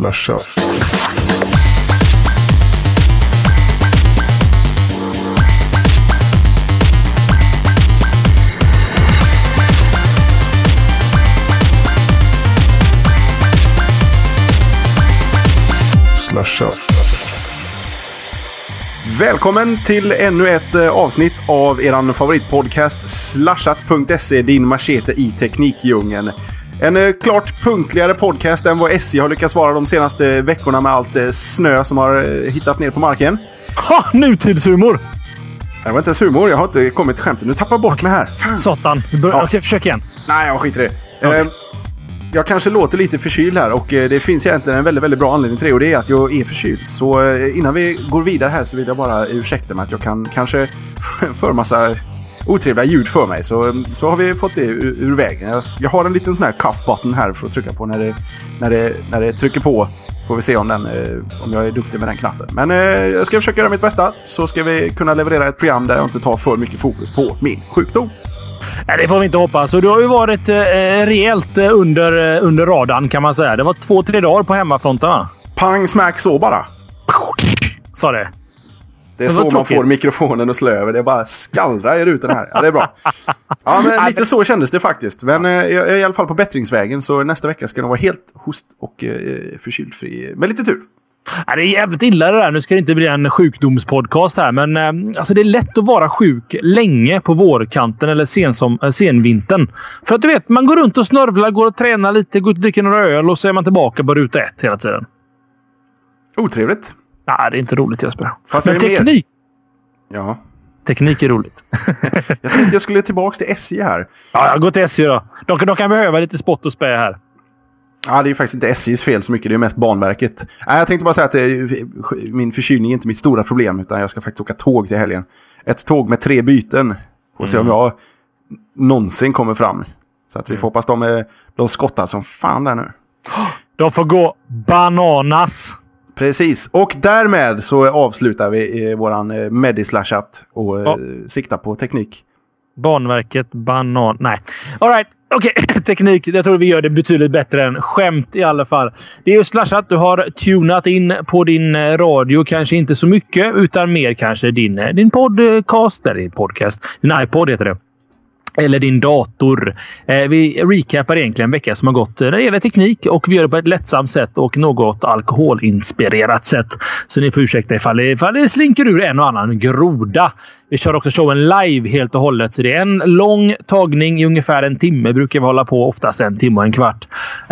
Slashat. Slashat. Välkommen till ännu ett avsnitt av eran favoritpodcast Slashat.se, din machete i teknikdjungeln. En klart punktligare podcast än vad SJ har lyckats vara de senaste veckorna med allt snö som har hittat ner på marken. Ha! Nutidshumor! Det var inte ens humor, jag har inte kommit till skämtet. Nu tappar jag bort mig här. Fan. Satan. Okej, försök igen. Nej, jag skiter i det. Okay. Jag kanske låter lite förkyld här och det finns egentligen en väldigt, väldigt bra anledning till det, och det är att jag är förkyld. Så innan vi går vidare här så vill jag bara ursäkta mig att jag kan kanske för massa otrevliga ljud för mig. Så har vi fått det ur vägen. Jag har en liten sån här cuff button här för att trycka på när det trycker på. Så får vi se om jag är duktig med den knappen. Men jag ska försöka göra mitt bästa, så ska vi kunna leverera ett program där jag inte tar för mycket fokus på min sjukdom. Nej, det får vi inte hoppas. Så du har ju varit rejält under radarn, kan man säga. Det var 2-3 dagar på hemmafronten, va? Pang, smack, så bara. Sa det. Det är så man får mikrofonen att slå över. Det är bara skallra i rutan här. Ja, det är bra. Ja, men lite så kändes det faktiskt. Men jag är i alla fall på bättringsvägen. Så nästa vecka ska jag vara helt host- och förkylfri. Med lite tur. Ja, det är jävligt illa det där. Nu ska det inte bli en sjukdomspodcast här. Men alltså det är lätt att vara sjuk länge på vårkanten eller senvintern. För att du vet, man går runt och snörvlar, går och tränar lite, går ut och dricker några öl och så är man tillbaka på ruta 1 hela tiden. Otrevligt. Nej, det är inte roligt, Jesper. Fast men teknik... Ja. Teknik är roligt. Jag tänkte jag skulle tillbaka till SJ här. Ja, jag går till SJ då. De kan behöva lite spott och spä här. Ja, det är faktiskt inte SJs fel så mycket. Det är mest Banverket. Jag tänkte bara säga att min förkylning är inte mitt stora problem, utan jag ska faktiskt åka tåg till helgen. Ett tåg med 3 byten. Och se om jag någonsin kommer fram. Så att vi får hoppas de skottar som fan där nu. De får gå bananas. Precis. Och därmed så avslutar vi våran Medislashat och siktar på teknik. Banverket, banan... Nej. All right. Okej, teknik. Jag tror vi gör det betydligt bättre än skämt i alla fall. Det är ju Slashat. Du har tunat in på din radio. Kanske inte så mycket, utan mer kanske din podcast. Eller din podcast. Din iPod heter det. Eller din dator. Vi recapar egentligen en vecka som har gått när det gäller teknik, och vi gör det på ett lättsamt sätt och något alkoholinspirerat sätt. Så ni får ursäkta ifall det slinker ur en och annan groda. Vi kör också showen live helt och hållet, så det är en lång tagning i ungefär en timme. Brukar vi hålla på, oftast 1 timme och en kvart.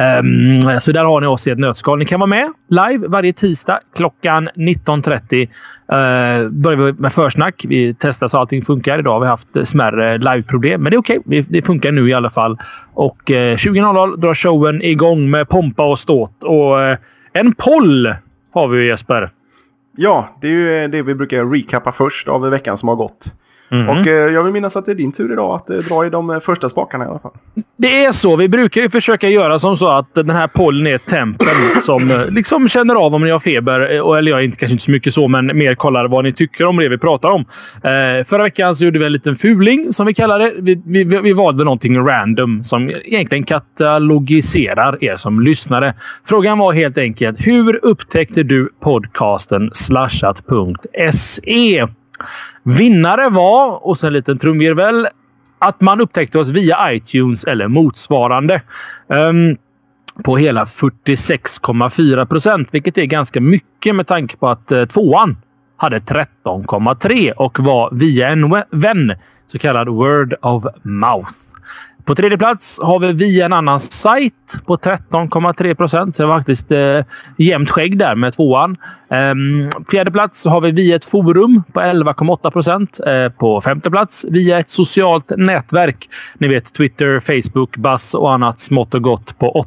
Så där har ni oss i ett nötskal. Ni kan vara med live varje tisdag klockan 19.30. Börjar vi med försnack. Vi testar så allting funkar. Idag har vi haft smärre liveproblem, men det är okej. Det funkar nu i alla fall. Och 20.00 drar showen igång med pompa och ståt. Och en poll har vi, Jesper. Ja, det är ju det vi brukar recappa först av veckan som har gått. Mm. Och jag vill minnas att det är din tur idag att dra i de första spakarna i alla fall. Det är så. Vi brukar ju försöka göra som så att den här pollen är tempen som liksom känner av om ni har feber. Eller jag är kanske inte så mycket så, men mer kollar vad ni tycker om det vi pratar om. Förra veckan så gjorde vi en liten fuling som vi kallar det. Vi valde någonting random som egentligen katalogiserar er som lyssnare. Frågan var helt enkelt: hur upptäckte du podcasten Slashat.se? Vinnare var, och sen en liten trumvirvel, att man upptäckte oss via iTunes eller motsvarande. På hela 46,4%, vilket är ganska mycket med tanke på att tvåan hade 13,3% och var via en vän, så kallad word of mouth. På tredje plats har vi via en annan sajt på 13,3%. Så det var faktiskt jämnt skägg där med tvåan. Fjärde plats har vi via ett forum på 11,8%. På femte plats via ett socialt nätverk. Ni vet Twitter, Facebook, Buzz och annat smått och gott på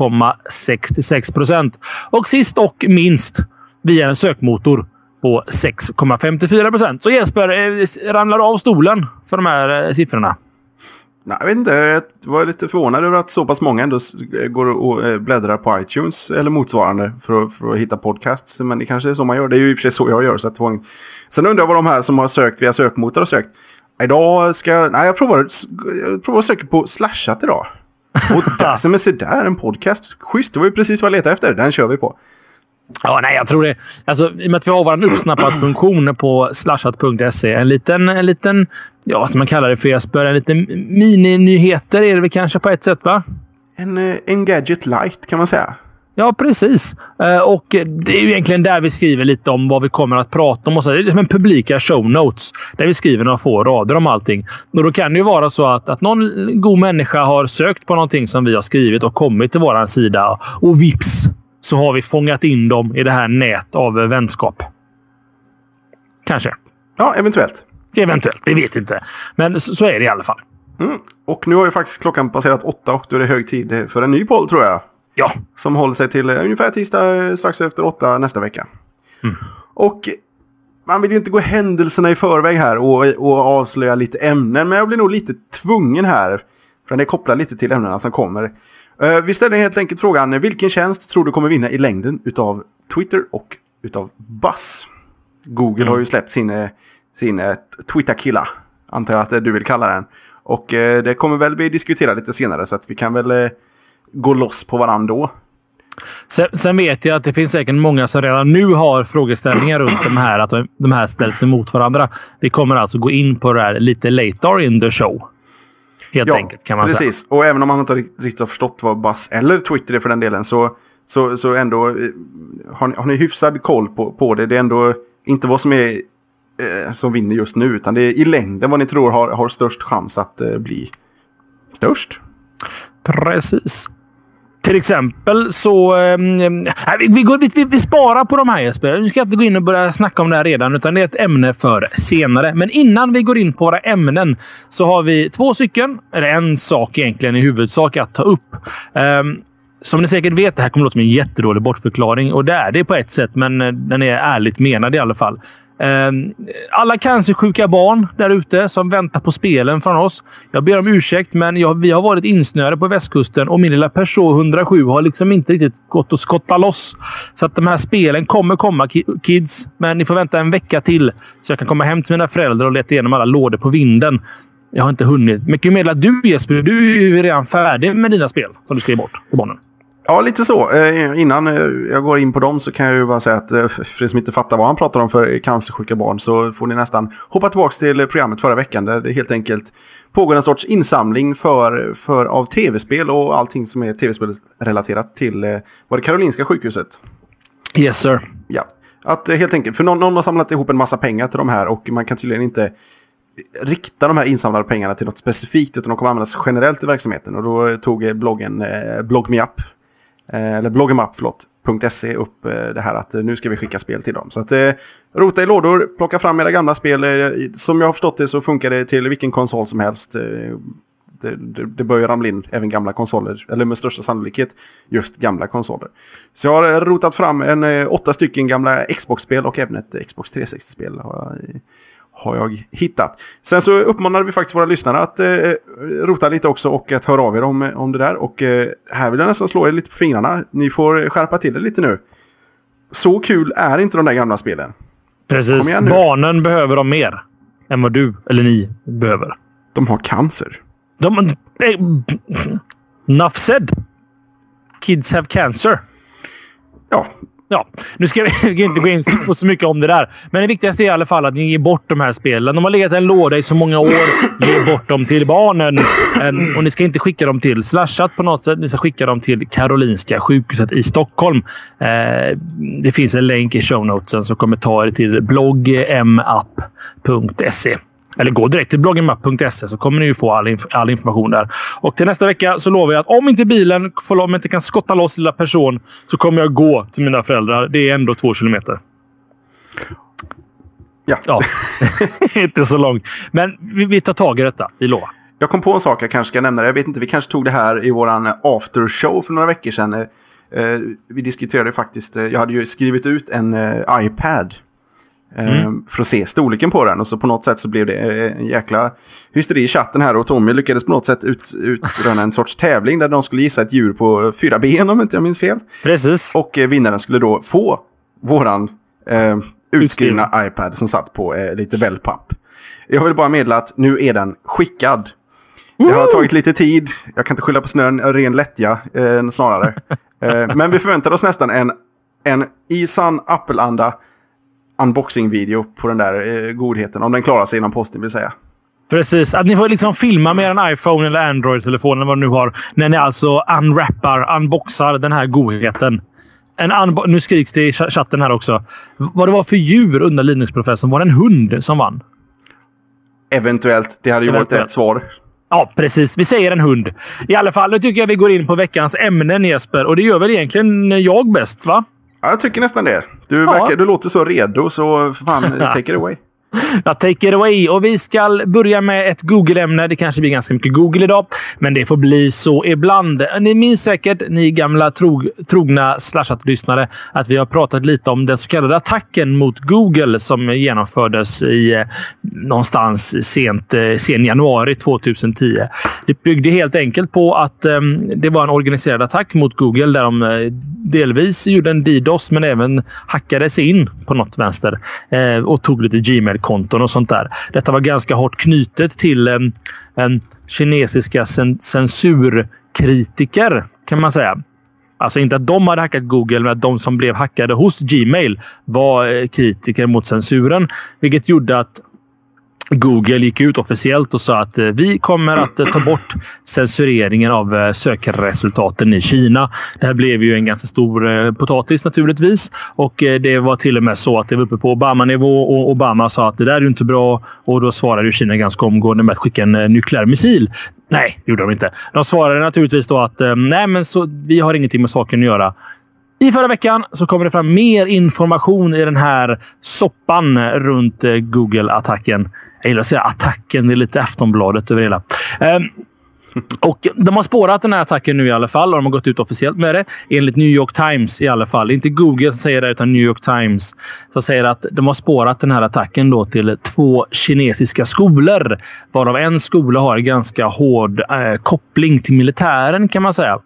8,66%. Och sist och minst via en sökmotor på 6,54%. Så Jesper, ramlar av stolen för de här siffrorna? Nej, jag vet inte. Jag var lite förvånad över att så pass många ändå går och bläddrar på iTunes eller motsvarande för att hitta podcasts. Men det kanske är så man gör. Det är ju i och för sig så jag gör. Så att sen undrar jag vad de här som har sökt via sökmotor har sökt. Idag jag provar att söka på Slashat idag. Och där, men se där, en podcast. Schysst, det var ju precis vad jag letade efter. Den kör vi på. Ja, nej, jag tror det. Alltså, i och med att vi har vår uppsnappat-funktion på slashat.se. En liten, ja, vad ska man kalla det för, Jesper? En liten mini-nyheter är det väl kanske på ett sätt, va? En gadget light kan man säga. Ja, precis. Och det är ju egentligen där vi skriver lite om vad vi kommer att prata om. Och så. Det är som en publika show notes där vi skriver några få rader om allting. Och då kan det ju vara så att någon god människa har sökt på någonting som vi har skrivit och kommit till våran sida. Och vips så har vi fångat in dem i det här nät av vänskap. Kanske. Ja, eventuellt. Eventuellt, vi vet inte. Men så är det i alla fall. Och nu har ju faktiskt klockan passerat 8 och då är det hög tid för en ny podd, tror jag. Ja. Som håller sig till ungefär tisdag strax efter 8 nästa vecka. Och man vill ju inte gå händelserna i förväg här och avslöja lite ämnen. Men jag blir nog lite tvungen här. För det kopplar lite till ämnena som kommer. Vi ställer helt enkelt frågan. Vilken tjänst tror du kommer vinna i längden utav Twitter och utav Buzz? Google har ju släppt sin Twitter-killa. Antar jag att du vill kalla den. Och det kommer väl vi diskutera lite senare. Så att vi kan väl gå loss på varandra då. Sen vet jag att det finns säkert många som redan nu har frågeställningar runt de här. Att de här ställs emot varandra. Vi kommer alltså gå in på det här lite later in the show. Helt enkelt kan man säga. Precis. Och även om man inte riktigt har förstått vad Buzz eller Twitter är för den delen. Så ändå har ni hyfsad koll på det. Det är ändå inte vad som är som vinner just nu. Utan det är i längden vad ni tror har störst chans att bli störst. Precis. Till exempel så... vi sparar på de här, Jesper. Nu ska jag inte gå in och börja snacka om det här redan, utan det är ett ämne för senare. Men innan vi går in på våra ämnen så har vi 2 stycken, eller en sak egentligen i huvudsak att ta upp. Som ni säkert vet, det här kommer att låta som en jättedålig bortförklaring. Och det är det på ett sätt, men den är ärligt menad i alla fall. Alla cancersjuka barn där ute som väntar på spelen från oss. Jag ber om ursäkt, men vi har varit insnöade på västkusten och min lilla Peugeot 107 har liksom inte riktigt gått och skotta loss. Så att de här spelen kommer komma, kids. Men ni får vänta en vecka till så jag kan komma hem till mina föräldrar och leta igenom alla lådor på vinden. Jag har inte hunnit. Men kan meddela att du, Jesper, du är ju redan färdig med dina spel som du ska ge bort till barnen. Ja, lite så. Innan jag går in på dem så kan jag ju bara säga att för er som inte fattar vad han pratar om för cancersjuka barn så får ni nästan hoppa tillbaka till programmet förra veckan där det helt enkelt pågår en sorts insamling av tv-spel och allting som är tv-spel relaterat till var det Karolinska sjukhuset. Yes, sir. Ja, att helt enkelt, för någon har samlat ihop en massa pengar till de här och man kan tydligen inte rikta de här insamlade pengarna till något specifikt utan de kommer användas generellt i verksamheten och då tog bloggen bloggemup.se upp det här att nu ska vi skicka spel till dem. Så att rota i lådor, plocka fram era gamla spel. Som jag har förstått det så funkar det till vilken konsol som helst. Det bör ju ramla in även gamla konsoler. Eller med största sannolikhet just gamla konsoler. Så jag har rotat fram 8 stycken gamla Xbox-spel och även ett Xbox 360-spel har jag hittat. Sen så uppmanade vi faktiskt våra lyssnare att rota lite också och att höra av er om det där. Och här vill jag nästan slå er lite på fingrarna. Ni får skärpa till det lite nu. Så kul är inte de där gamla spelen. Precis. Barnen behöver dem mer än vad du eller ni behöver. De har cancer. Enough said. Kids have cancer. Ja, nu ska vi inte gå in på så mycket om det där. Men det viktigaste är i alla fall att ni ger bort de här spelen. De har legat i en låda i så många år. Ge bort dem till barnen. Och ni ska inte skicka dem till Slashat på något sätt. Ni ska skicka dem till Karolinska sjukhuset i Stockholm. Det finns en länk i show notesen som kommer ta er till bloggemup.se. Eller gå direkt till bloggemup.se så kommer ni ju få all information där. Och till nästa vecka så lovar jag att om inte bilen om inte kan skotta loss lilla person så kommer jag gå till mina föräldrar. Det är ändå 2 kilometer. Ja. Inte så långt. Men vi tar tag i detta. Vi lovar. Jag kom på en sak jag kanske ska nämna. Jag vet inte, vi kanske tog det här i våran aftershow för några veckor sedan. Vi diskuterade faktiskt, jag hade ju skrivit ut en iPad. För att se storleken på den. Och så på något sätt så blev det en jäkla hysteri i chatten här. Och Tommy lyckades på något sätt utröna en sorts tävling där de skulle gissa ett djur på 4 ben om inte jag minns fel. Precis. Och vinnaren skulle då få våran utskrivna iPad som satt på lite wellpapp. Jag vill bara meddela att nu är den skickad. Det har tagit lite tid. Jag kan inte skylla på snön, ren lättja snarare. Men vi förväntar oss nästan en en i sann Apple-anda unboxing-video på den där godheten. Om den klarar sig innan posten vill säga. Precis. Att ni får liksom filma med en iPhone eller Android-telefon eller vad du nu har. När ni alltså unboxar den här godheten. Nu skriks det i chatten här också. Vad det var för djur under Linux-professorn? Var det en hund som vann? Eventuellt. Det hade ju varit ett svar. Ja, precis. Vi säger en hund. I alla fall, nu tycker jag vi går in på veckans ämnen, Jesper. Och det gör väl egentligen jag bäst, va? Ja, jag tycker nästan det. Du låter så redo, så fan, take it away. Ja, take it away. Och vi ska börja med ett Google-ämne. Det kanske blir ganska mycket Google idag, men det får bli så ibland. Ni minns säkert, ni gamla trogna slashat-lyssnare, att vi har pratat lite om den så kallade attacken mot Google som genomfördes i någonstans sen januari 2010. Det byggde helt enkelt på att det var en organiserad attack mot Google där de delvis gjorde en DDoS men även hackade sig in på något vänster och tog lite Gmail-konton och sånt där. Detta var ganska hårt knutet till en kinesiska censurkritiker kan man säga. Alltså inte att de hade hackat Google, men att de som blev hackade hos Gmail var kritiker mot censuren. Vilket gjorde att Google gick ut officiellt och sa att vi kommer att ta bort censureringen av sökresultaten i Kina. Det här blev ju en ganska stor potatis naturligtvis. Och det var till och med så att det var uppe på Obama-nivå och Obama sa att det där är ju inte bra. Och då svarade ju Kina ganska omgående med att skicka en nukleär missil. Nej, det gjorde de inte. De svarade naturligtvis då att nej, men så, vi har ingenting med saken att göra. I förra veckan så kommer det fram mer information i den här soppan runt Google-attacken. Jag gillar att säga attacken, det är lite Aftonbladet över hela. Och de har spårat den här attacken nu i alla fall och de har gått ut officiellt med det. Enligt New York Times i alla fall. Inte Google som säger det utan New York Times som säger att de har spårat den här attacken då till 2 kinesiska skolor. Varav en skola har en ganska hård koppling till militären kan man säga.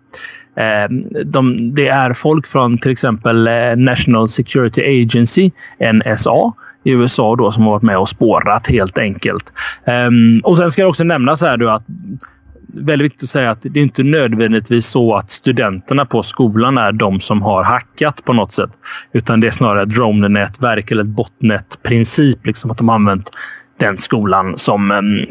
Det är folk från till exempel National Security Agency, NSA, i USA då som har varit med och spårat helt enkelt. Och sen ska jag också nämna så här då att väldigt viktigt att säga att det är inte nödvändigtvis så att studenterna på skolan är de som har hackat på något sätt. Utan det är snarare ett drone-nätverk eller ett botnet-princip. Liksom att de har använt den skolan som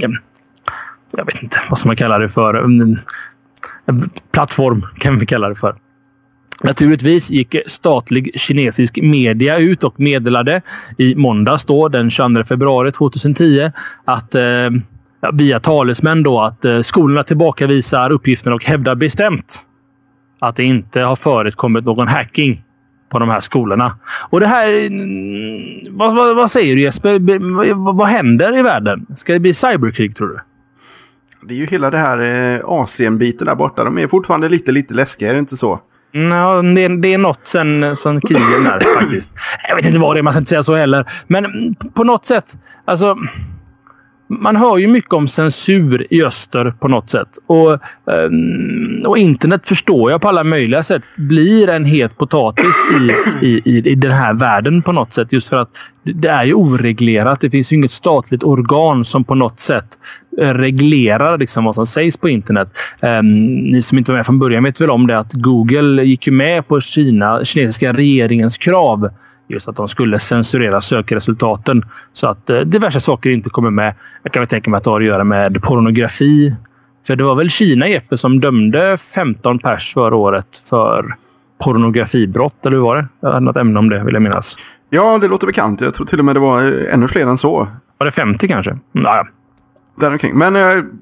jag vet inte vad som man kallar det för. En plattform kan vi kalla det för. Naturligtvis gick statlig kinesisk media ut och meddelade i måndags då, den 22 februari 2010 att via talesmän då att skolorna tillbakavisar uppgifterna och hävdar bestämt att det inte har förekommit någon hacking på de här skolorna. Och det här... Vad säger du Jesper? Vad händer i världen? Ska det bli cyberkrig tror du? Det är ju hela det här Asien-biten där borta. De är fortfarande lite läskiga, är det inte så? Ja, det är något sen krigen där faktiskt. Jag vet inte vad det är, man ska inte säga så heller. Men på något sätt, alltså... Man hör ju mycket om censur i öster på något sätt. Och internet förstår jag på alla möjliga sätt blir en het potatis i den här världen på något sätt. Just för att det är ju oreglerat. Det finns ju inget statligt organ som på något sätt reglerar liksom vad som sägs på internet. Ni som inte var med från början vet väl om det att Google gick ju med på kinesiska regeringens krav. Just att de skulle censurera sökresultaten så att diverse saker inte kommer med. Jag kan väl tänka mig att det har att göra med pornografi. För det var väl Kina, Jeppe, som dömde 15 pers förra året för pornografibrott. Eller hur var det? Jag hade något ämne om det, vill jag minnas. Ja, det låter bekant. Jag tror till och med det var ännu fler än så. Var det 50 kanske? Naja. Där omkring. Men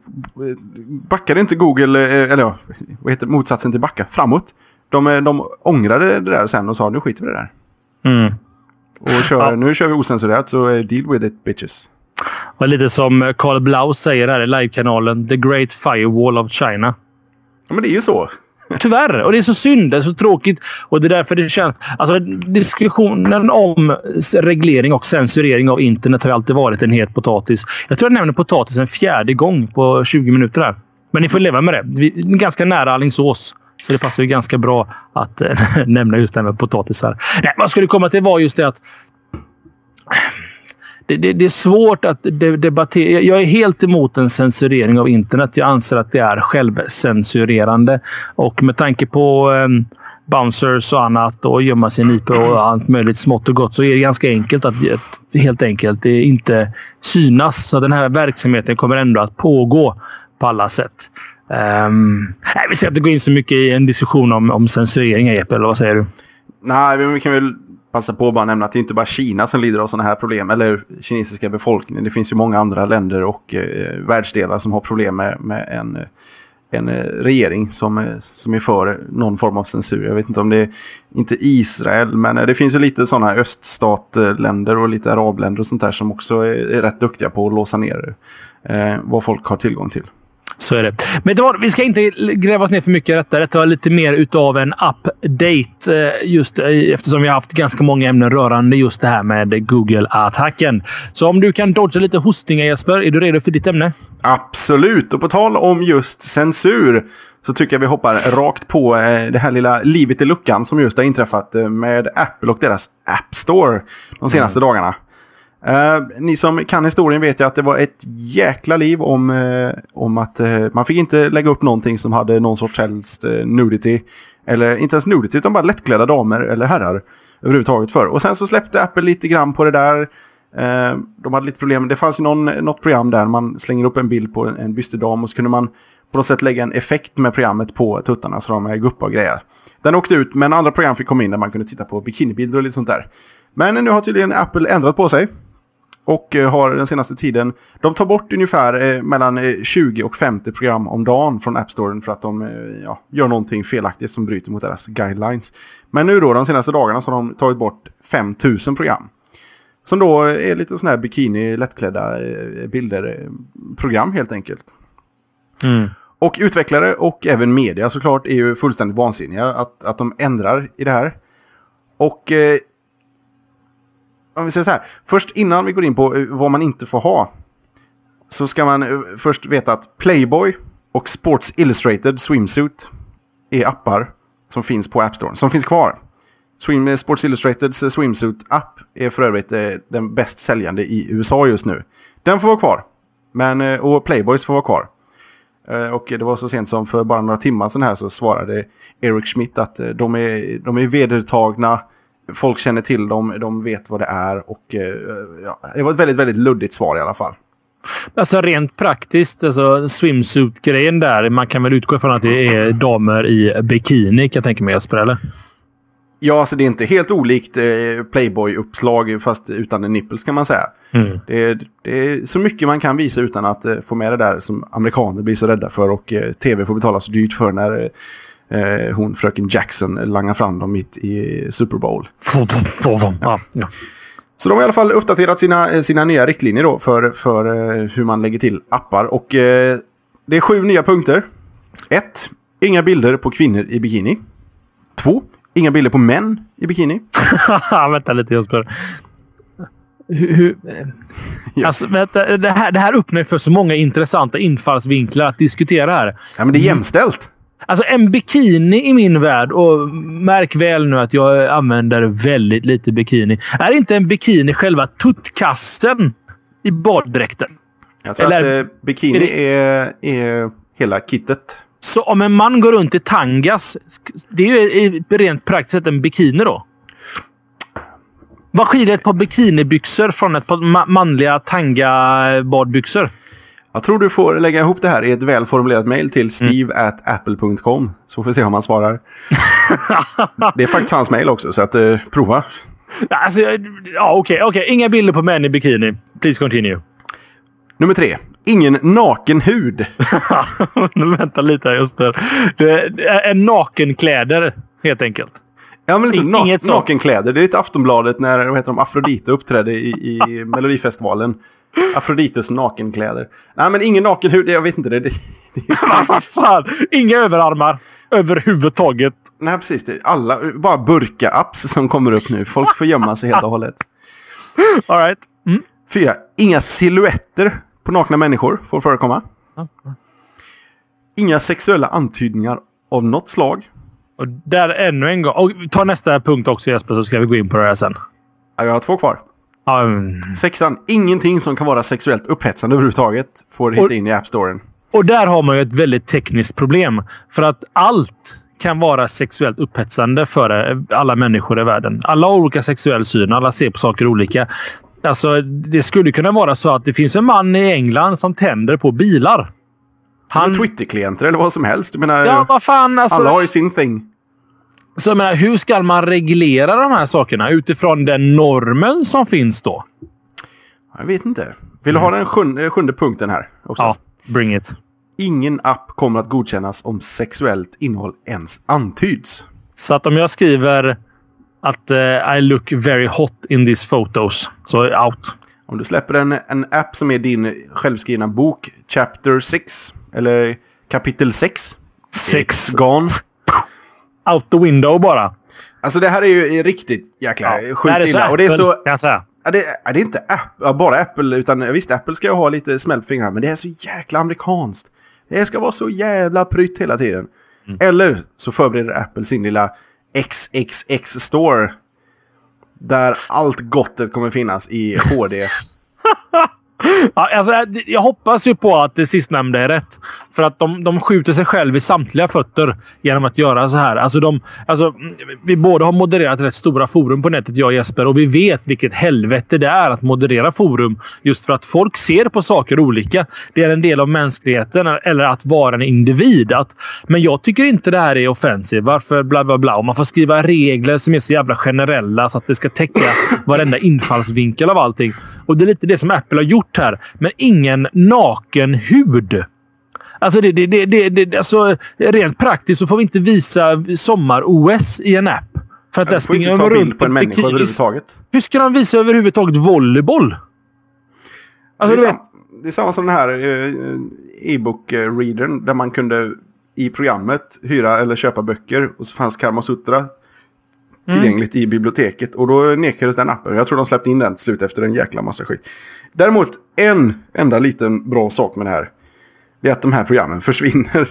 backade inte Google, eller ja, vad heter motsatsen till backa? Framåt. De ångrade det där sen och sa nu skiter vi det där. Mm. Och nu kör vi osensurerat så deal with it bitches. Och lite som Carl Blau säger här i livekanalen The Great Firewall of China. Ja, men det är ju så. Tyvärr. Och det är så synd. Det är så tråkigt. Och det är därför det känns... Alltså diskussionen om reglering och censurering av internet har alltid varit en het potatis. Jag tror jag nämnde potatis en 4:e gång på 20 minuter här. Men ni får leva med det. Vi är ganska nära Alingsås. Så det passar ju ganska bra att nämna just det här med potatisar. Nej, vad skulle komma till var just det att det är svårt att debattera. Jag är helt emot en censurering av internet. Jag anser att det är självcensurerande. Och med tanke på bouncers och annat och gömma sin IP och allt möjligt smått och gott, så är det ganska enkelt att helt enkelt det inte synas. Så den här verksamheten kommer ändå att pågå på alla sätt. Vi ska inte gå in så mycket i en diskussion om censurering, Jeppe, eller vad säger du? Nej, men vi kan väl passa på att bara nämna att det inte bara Kina som lider av sådana här problem, eller kinesiska befolkningen. Det finns ju många andra länder och världsdelar som har problem med en regering som är för någon form av censur. Jag vet inte om det är inte Israel, men det finns ju lite sådana öststatländer och lite arabländer och sånt där som också är rätt duktiga på att låsa ner vad folk har tillgång till. Så är det. Men vi ska inte gräva oss ner för mycket i detta. Detta var lite mer utav en update just eftersom vi har haft ganska många ämnen rörande just det här med Google-attacken. Så om du kan dodga lite hostningar, Jesper, är du redo för ditt ämne? Absolut. Och på tal om just censur så tycker jag vi hoppar rakt på det här lilla livet i luckan som just har inträffat med Apple och deras App Store de senaste dagarna. Ni som kan historien vet ju att det var ett jäkla liv om att man fick inte lägga upp någonting som hade någon sorts helst nudity, eller inte ens nudity utan bara lättklädda damer eller herrar överhuvudtaget för. Och sen så släppte Apple lite grann på det där. De hade lite problem. Det fanns ju något program där man slänger upp en bild på en bystedam och så kunde man på något sätt lägga en effekt med programmet på tuttarna så de är guppa och grejer. Den åkte ut, men andra program fick komma in där man kunde titta på bikinibilder och lite sånt där. Men nu har tydligen Apple ändrat på sig. Och har den senaste tiden, de tar bort ungefär mellan 20 och 50 program om dagen från App Store för att de gör någonting felaktigt som bryter mot deras guidelines. Men nu då, de senaste dagarna så har de tagit bort 5000 program. Som då är lite sådana här bikini, lättklädda bilder, program helt enkelt. Mm. Och utvecklare och även media såklart är ju fullständigt vansinniga att de ändrar i det här. Och om vi säger så här, först innan vi går in på vad man inte får ha så ska man först veta att Playboy och Sports Illustrated Swimsuit är appar som finns på App Store, som finns kvar. Sports Illustrateds Swimsuit-app är för övrigt den bäst säljande i USA just nu. Den får vara kvar, och Playboys får vara kvar. Och det var så sent som för bara några timmar sedan här så svarade Eric Schmidt att de är vedertagna. Folk känner till dem, de vet vad det är och det var ett väldigt, väldigt luddigt svar i alla fall. Alltså rent praktiskt, alltså swimsuit-grejen där, man kan väl utgå ifrån att det är damer i bikini, kan jag tänka mig, Jesper, eller? Ja, alltså det är inte helt olikt Playboy-uppslag fast utan en nipples kan man säga. Mm. Det är så mycket man kan visa utan att få med det där som amerikaner blir så rädda för och tv får betala så dyrt för när hon, fröken Jackson, langar fram dem mitt i Super Bowl. Ja. Så de har i alla fall uppdaterat sina nya riktlinjer då för hur man lägger till appar. Och det är 7 nya punkter. 1. Inga bilder på kvinnor i bikini. 2. Inga bilder på män i bikini. Vänta lite, Jesper. Alltså, vänta, det här öppnar för så många intressanta infallsvinklar att diskutera här. Ja, men det är jämställt. Alltså en bikini i min värld, och märk väl nu att jag använder väldigt lite bikini. Är inte en bikini själva tuttkasten i baddräkten? Jag tror att bikini är hela kittet. Så om en man går runt i tangas, det är ju rent praktiskt sett en bikini då? Vad skiljer ett par bikinibyxor från ett par manliga tanga-badbyxor? Jag tror du får lägga ihop det här i ett välformulerat mejl till steve@apple.com. Så får vi se om han svarar. Det är faktiskt hans mejl också, så att prova. Alltså, okej. Inga bilder på män i bikini. Please continue. Nummer 3. Ingen naken hud. Vänta lite här, Jesper. Det är nakenkläder, helt enkelt. Ja, men lite nakenkläder. Det är lite Aftonbladet när Afrodite uppträdde i Melodifestivalen. Afrodites nakenkläder. Nej, men ingen naken hud. Jag vet inte det. Vad fan? Inga överarmar överhuvudtaget. Nej, precis. Det är alla, bara burka-apps som kommer upp nu. Folk får gömma sig helt och hållet. All right. 4. Inga silhuetter på nakna människor får förekomma. Inga sexuella antydningar av något slag. Och där ännu en gång. Och ta nästa punkt också, Jesper, så ska vi gå in på det här sen. Ja, jag har 2 kvar. 6. Ingenting som kan vara sexuellt upphetsande överhuvudtaget får hitta in i App Storen. Och där har man ju ett väldigt tekniskt problem. För att allt kan vara sexuellt upphetsande för alla människor i världen. Alla har olika sexuell syn. Alla ser på saker olika. Alltså, det skulle kunna vara så att det finns en man i England som tänder på bilar. Han... Twitter-klienter eller vad som helst. Jag menar, ja, vad fan. Alltså, alla har ju sin thing. Så jag menar, hur ska man reglera de här sakerna utifrån den normen som finns då? Jag vet inte. Vill du ha den sjunde punkten här också? Ja, bring it. Ingen app kommer att godkännas om sexuellt innehåll ens antyds. Så att om jag skriver att I look very hot in these photos, så är out. Om du släpper en app som är din självskrivna bok, Chapter 6, eller Kapitel 6. 6 gone. Out the window bara. Alltså det här är ju riktigt jäkla sjukt illa. Och det är så... Kan jag säga. Det är inte bara Apple, utan visst, Apple ska ju ha lite smäll på fingrarna, men det är så jäkla amerikanskt. Det ska vara så jävla prytt hela tiden. Eller så förbereder Apple sin lilla XXX-store där allt gottet kommer finnas i HD. Ja, alltså, jag hoppas ju på att det sistnämnda är rätt. För att de skjuter sig själv i samtliga fötter genom att göra så här. Alltså, vi båda har modererat rätt stora forum på nätet, jag och Jesper. Och vi vet vilket helvete det är att moderera forum. Just för att folk ser på saker olika. Det är en del av mänskligheten eller att vara en individ. Men jag tycker inte det här är offensivt. Varför bla bla bla. Och man får skriva regler som är så jävla generella så att det ska täcka varenda infallsvinkel av allting. Och det är lite det som Apple har gjort här. Men ingen naken hud. Alltså, alltså rent praktiskt så får vi inte visa sommar-OS i en app. För att där springer de runt på en människa överhuvudtaget. Hur ska de visa överhuvudtaget volleyboll? Alltså, det är samma som den här e-book-readern där man kunde i programmet hyra eller köpa böcker. Och så fanns Karma Sutra tillgängligt i biblioteket. Och då nekades den appen. Jag tror de släppte in den till slut efter en jäkla massa skit. Däremot en enda liten bra sak med det här. Det är att de här programmen försvinner.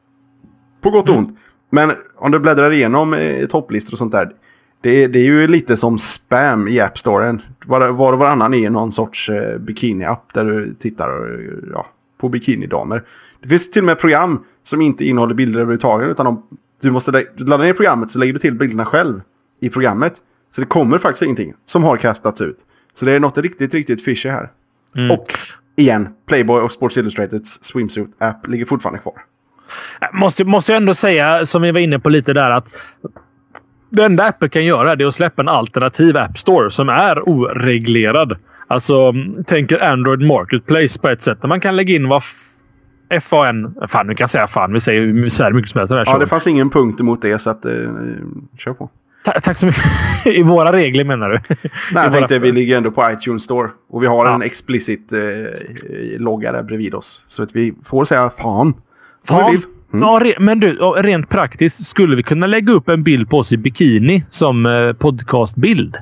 På gott och ont. Men om du bläddrar igenom topplistor och sånt där. Det är ju lite som spam i App Storen. Var och varannan är någon sorts bikini-app där du tittar på bikinidamer. Det finns till och med program som inte innehåller bilder överhuvudtaget. Utan du måste ladda ner programmet så lägger du till bilderna själv i programmet. Så det kommer faktiskt ingenting som har kastats ut. Så det är något riktigt, riktigt fishy här. Och igen, Playboy och Sports Illustrateds swimsuit-app ligger fortfarande kvar. Måste jag ändå säga, som vi var inne på lite där, att det enda Apple kan göra är att släppa en alternativ App Store som är oreglerad. Alltså, tänker Android Marketplace på ett sätt där man kan lägga in vad FAN... Fan, nu kan jag säga fan. Vi säger så här mycket som helst. Ja, det fanns ingen punkt emot det, så att kör på. Tack så mycket. I våra regler menar du? Nej, jag tänkte vi ligger ändå på iTunes Store. Och vi har en explicit logga där bredvid oss. Så att vi får säga fan. Fan. Ja, men du, rent praktiskt skulle vi kunna lägga upp en bild på oss i bikini som podcastbild?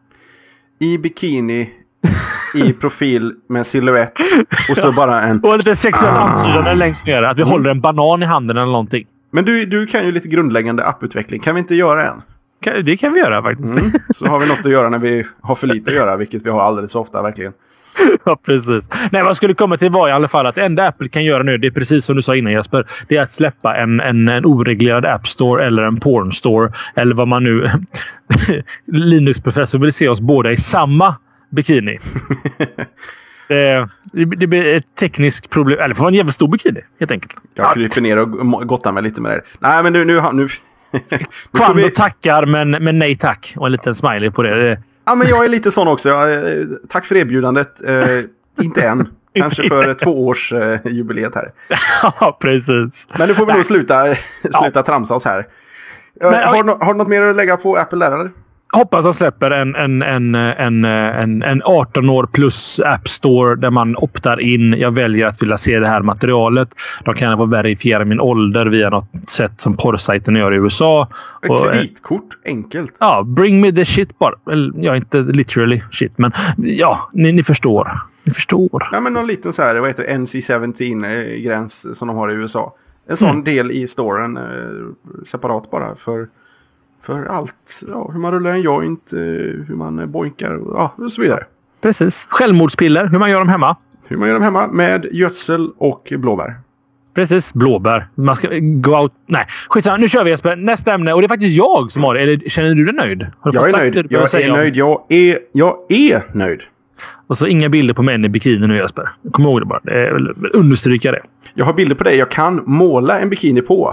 I bikini, i profil med silhuett och så bara en... Och lite sexuell antydande längst ner. Att vi håller en banan i handen eller någonting. Men du kan ju lite grundläggande apputveckling. Kan vi inte göra en? Det kan vi göra faktiskt. Så har vi något att göra när vi har för lite att göra, vilket vi har alldeles så ofta verkligen. Ja, precis. Nej, vad skulle komma till var i alla fall att det enda Apple kan göra nu, det är precis som du sa innan Jesper, det är att släppa en oreglerad App Store eller en Porn Store eller vad man nu... Linux-professor vill se oss båda i samma bikini. Det blir ett tekniskt problem. Eller för en jävla stor bikini, helt enkelt. Jag kryper ner och gottar mig lite med det. Nej, men nu Kvando tackar, men nej tack. Och en liten smiley på det. Ja, men jag är lite sån också. Tack för erbjudandet. Inte än. Kanske för 2 års jubileet här. Ja, precis. Men nu får vi nog sluta tramsa oss här. Har du något mer att lägga på Apple där, eller? Hoppas de släpper en 18 år plus App Store där man optar in. Jag väljer att vilja se det här materialet. De kan få verifiera min ålder via något sätt som porrsajten gör i USA. Ett kreditkort, enkelt. Ja, bring me the shit bara. Ja, inte literally shit, men ja, ni förstår. Ni förstår. Ja, men någon liten så här, vad heter NC-17-gräns som de har i USA. En sån del i storen separat bara för allt. Ja, hur man rullar en joint, hur man boinkar och så vidare. Precis. Självmordspiller, hur man gör dem hemma. Hur man gör dem hemma med gödsel och blåbär. Precis. Blåbär. Man ska go out... Nej, skitsamma. Nu kör vi Jesper. Nästa ämne. Och det är faktiskt jag som har det. Eller känner du dig nöjd? Har du jag är nöjd. Jag är nöjd. Och så inga bilder på män i bikini nu Jesper. Kom ihåg det bara. Understryka det. Jag har bilder på dig. Jag kan måla en bikini på.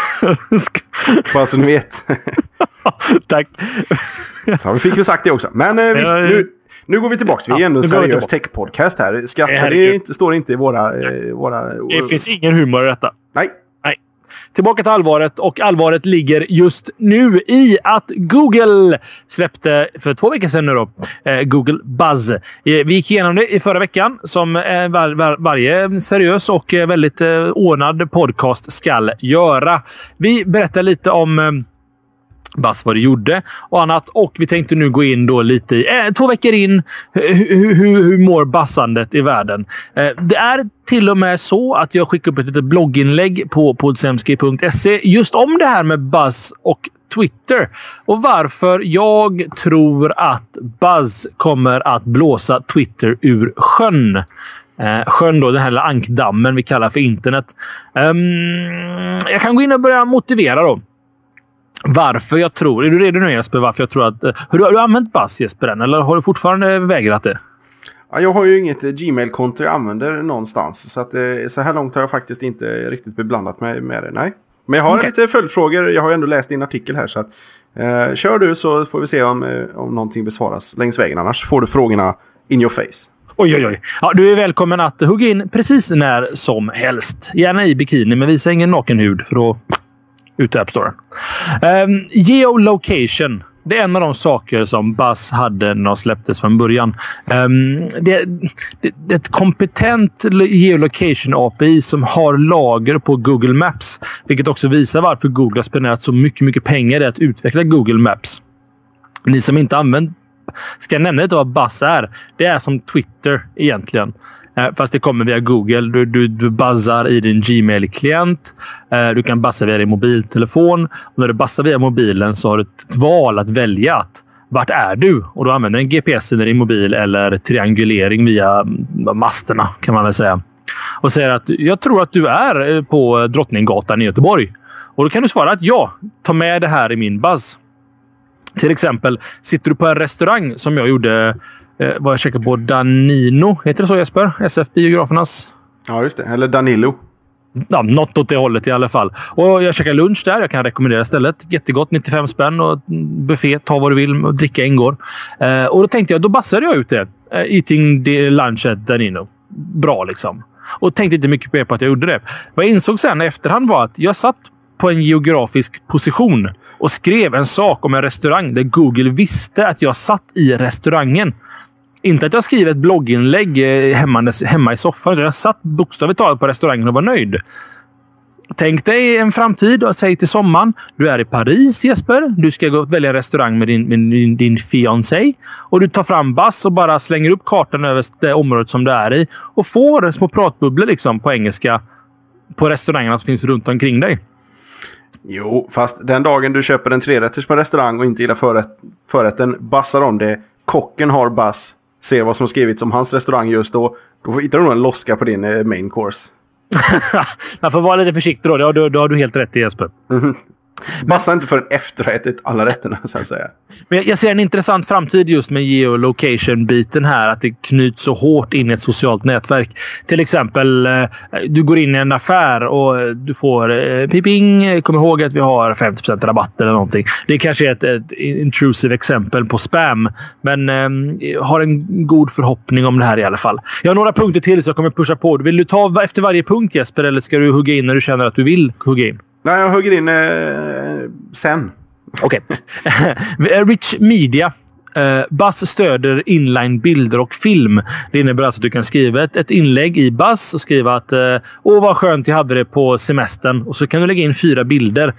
Bara så ni vet. Tack. Så vi fick väl sagt det också. Men visst, nu går vi tillbaka. Vi är ändå en seriös tech-podcast här. Skrattar står inte i våra... Det finns ingen humor i detta. Nej. Tillbaka till allvaret. Och allvaret ligger just nu i att Google släppte för 2 veckor sedan nu då. Google Buzz. Vi gick igenom det i förra veckan som varje seriös och väldigt ordnad podcast ska göra. Vi berättar lite om Buzz, vad det gjorde och annat. Och vi tänkte nu gå in då lite i 2 veckor in. Hur mår bassandet i världen? Det är till och med så att jag skickar upp ett litet blogginlägg på poddsemski.se just om det här med Buzz och Twitter. Och varför jag tror att Buzz kommer att blåsa Twitter ur sjön. Sjön då, den här ankdammen vi kallar för internet. Jag kan gå in och börja motivera då. Varför jag tror... Är du redo nu Jesper? Varför jag tror att... Har du använt Buzz Jesper än? Eller har du fortfarande vägrat det? Ja, jag har ju inget Gmail-konto jag använder någonstans. Så att så här långt har jag faktiskt inte riktigt beblandat mig med det. Nej. Men jag har lite följdfrågor. Jag har ju ändå läst din artikel här. Så att, kör du så får vi se om någonting besvaras längs vägen. Annars får du frågorna in your face. Oj. Ja, du är välkommen att hugga in precis när som helst. Gärna i bikini, men visa ingen nakenhud för då... Ut i App Store. Geolocation. Det är en av de saker som Buzz hade när de släpptes från början. Det är ett kompetent geolocation API som har lager på Google Maps. Vilket också visar varför Google har spenderat så mycket pengar i att utveckla Google Maps. Ni som inte använt ska nämna lite vad Buzz är. Det är som Twitter egentligen. Fast det kommer via Google. Du buzzar i din Gmail-klient. Du kan buzza via din mobiltelefon. Och när du buzzar via mobilen så har du ett val att välja att vart är du? Och då använder en GPS i din mobil eller triangulering via masterna kan man väl säga. Och säger att jag tror att du är på Drottninggatan i Göteborg. Och då kan du svara att ja, ta med det här i min buzz. Till exempel, sitter du på en restaurang som jag gjorde... Vad jag checkar på Danino. Heter det så Jesper? SF-biografernas. Ja just det. Eller Danilo. Ja, något åt det hållet i alla fall. Och jag checkar lunch där. Jag kan rekommendera stället. Jättegott. 95 spänn och buffé. Ta vad du vill och dricka ingår. Och då tänkte jag, då bassade jag ut det. Eating the lunch at Danino. Bra liksom. Och tänkte inte mycket på att jag gjorde det. Vad jag insåg sen i efterhand var att jag satt på en geografisk position och skrev en sak om en restaurang där Google visste att jag satt i restaurangen. Inte att jag skrev ett blogginlägg hemma i soffan. Jag satt bokstavligt talat på restaurangen och var nöjd. Tänk dig en framtid och säg till sommaren. Du är i Paris Jesper. Du ska gå och välja restaurang med din fiancé. Och du tar fram Buzz och bara slänger upp kartan över det området som du är i. Och får små pratbubblor liksom på engelska på restaurangerna som finns runt omkring dig. Jo, fast den dagen du köper en 3-rätters på restaurang och inte gillar förrätten, bassar om det. Kocken har Buzz. Ser vad som skrivits om hans restaurang just då. Då hittar du nog en loska på din main course. Man får vara lite försiktig då. Då har du helt rätt i Jesper. Bassa inte för en efterrätt alla rätterna så att säga. Men jag ser en intressant framtid just med geolocation-biten här. Att det knyts så hårt in i ett socialt nätverk. Till exempel, du går in i en affär och du får piping. Kom ihåg att vi har 50% rabatt eller någonting. Det kanske är ett intrusive exempel på spam. Men har en god förhoppning om det här i alla fall. Jag har några punkter till så jag kommer pusha på. Vill du ta efter varje punkt Jesper eller ska du hugga in när du känner att du vill hugga in? Nej, jag hugger in sen. Okej. Rich Media. Buzz stöder inline-bilder och film. Det innebär alltså att du kan skriva ett inlägg i Buzz och skriva att vad skönt jag hade det på semestern. Och så kan du lägga in 4 bilder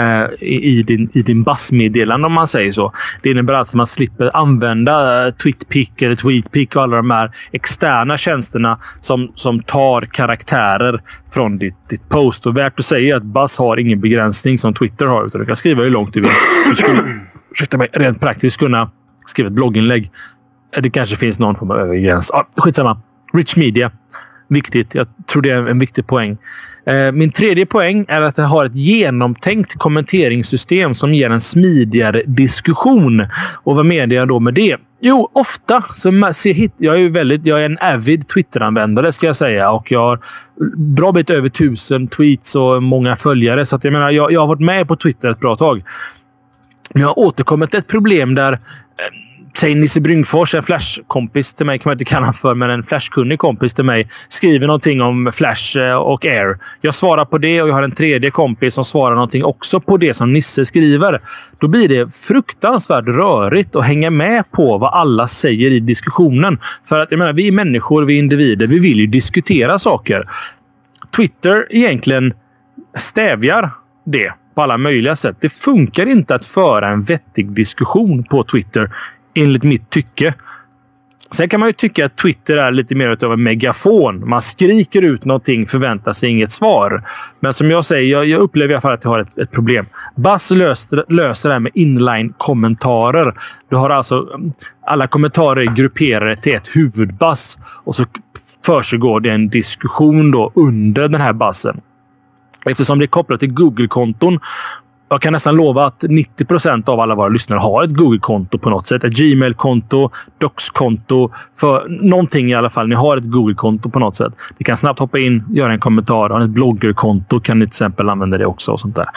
i din Buzz-meddelande om man säger så. Det innebär alltså att man slipper använda TweetPic eller TweetPic och alla de här externa tjänsterna som tar karaktärer från ditt post. Och värt att säga att Buzz har ingen begränsning som Twitter har utan du kan skriva hur långt du vill. Du skulle rent praktiskt kunna skriva ett blogginlägg. Det kanske finns någon form av övergräns. Skitsamma. Rich Media. Viktigt. Jag tror det är en viktig poäng. Min tredje poäng är att det har ett genomtänkt kommenteringssystem som ger en smidigare diskussion. Och vad menar jag då med det? Jo, ofta så jag är en avid Twitter-användare ska jag säga. Och jag har bra bit över 1000 tweets och många följare. Så att jag menar, jag har varit med på Twitter ett bra tag. Men jag har återkommit till ett problem där säg Nisse Bryngfors, en Flash-kompis till mig, kan man inte kalla för, men en Flash-kunnig kompis till mig, skriver någonting om Flash och Air. Jag svarar på det och jag har en tredje kompis som svarar någonting också på det som Nisse skriver. Då blir det fruktansvärt rörigt att hänga med på vad alla säger i diskussionen. För att jag menar, vi är människor, vi är individer, vi vill ju diskutera saker. Twitter egentligen stävjar det på alla möjliga sätt. Det funkar inte att föra en vettig diskussion på Twitter enligt mitt tycke. Sen kan man ju tycka att Twitter är lite mer av en megafon. Man skriker ut någonting, förväntar sig inget svar. Men som jag säger, jag upplever i alla fall att jag har ett problem. Buzz löser det här med inline-kommentarer. Du har alltså alla kommentarer grupperade till ett huvudbuzz. Och så försiggår det en diskussion då under den här buzzen. Eftersom det är kopplat till Google-konton. Jag kan nästan lova att 90% av alla våra lyssnare har ett Google-konto på något sätt. Ett Gmail-konto, Docs-konto. För någonting i alla fall. Ni har ett Google-konto på något sätt. Ni kan snabbt hoppa in, göra en kommentar. Har ett blogger-konto kan ni till exempel använda det också. Och sånt där.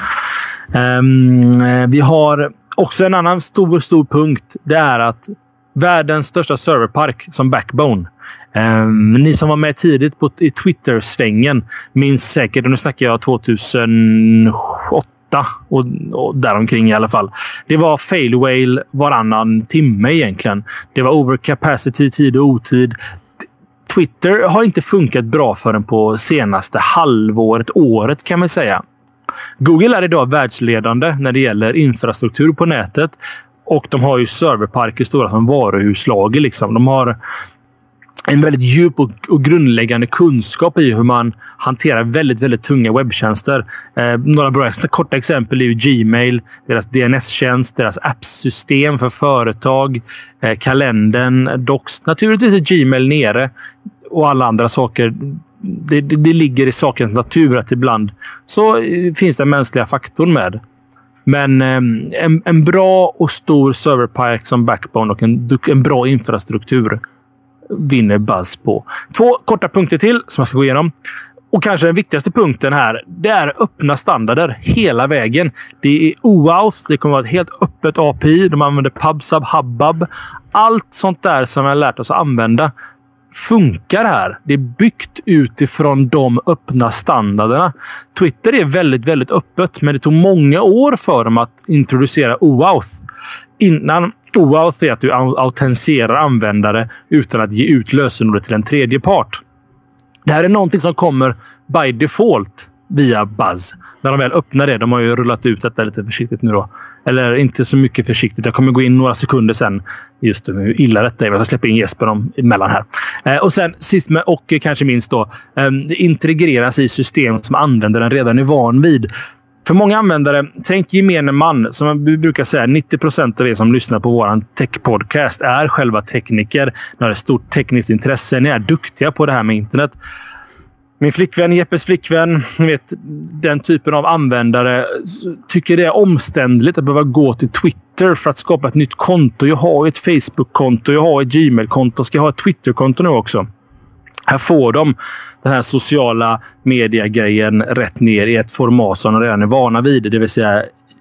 Vi har också en annan stor punkt. Det är att världens största serverpark som Backbone. Ni som var med tidigt i Twitter-svängen minns säkert, och nu snackar jag 2008 och däromkring i alla fall. Det var fail whale varannan timme egentligen. Det var overcapacity, tid och otid. Twitter har inte funkat bra förrän på senaste året kan man säga. Google är idag världsledande när det gäller infrastruktur på nätet. Och de har ju serverparker stora som varuhuslager. Liksom. De har en väldigt djup och grundläggande kunskap i hur man hanterar väldigt, väldigt tunga webbtjänster. Några bra korta exempel är ju Gmail, deras DNS-tjänst, deras appsystem för företag, kalendern, Docs. Naturligtvis är Gmail nere och alla andra saker. Det ligger i sakens natur att ibland så finns den mänskliga faktorn med. Men en bra och stor serverpark som Backbone och en bra infrastruktur vinner Buzz på. 2 korta punkter till som jag ska gå igenom. Och kanske den viktigaste punkten här, det är öppna standarder hela vägen. Det är OAuth, det kommer vara ett helt öppet API. De använder PubSub, Hubbub. Allt sånt där som vi har lärt oss att använda funkar här. Det är byggt utifrån de öppna standarderna. Twitter är väldigt, väldigt öppet, men det tog många år för dem att introducera OAuth. Innan OAuth är att du autentiserar användare utan att ge ut lösenordet till en tredje part. Det här är någonting som kommer by default via Buzz. När de väl öppnar det, de har ju rullat ut detta lite försiktigt nu då. Eller inte så mycket försiktigt. Jag kommer gå in några sekunder sen. Just det, hur illa detta är. Jag ska släppa in Jesper emellan här. Och sen sist med, och kanske minst då. Det integreras i system som användaren redan är van vid. För många användare, tänk gemene man. Som vi brukar säga, 90% av er som lyssnar på våran tech-podcast är själva tekniker. Ni har ett stort tekniskt intresse. Ni är duktiga på det här med internet. Min flickvän, Jeppes flickvän, vet, den typen av användare tycker det är omständligt att behöva gå till Twitter för att skapa ett nytt konto. Jag har ett Facebook-konto, jag har ett Gmail-konto, ska jag ha ett Twitter-konto nu också. Här får de den här sociala media-grejen rätt ner i ett format som de redan är vana vid. Det vill säga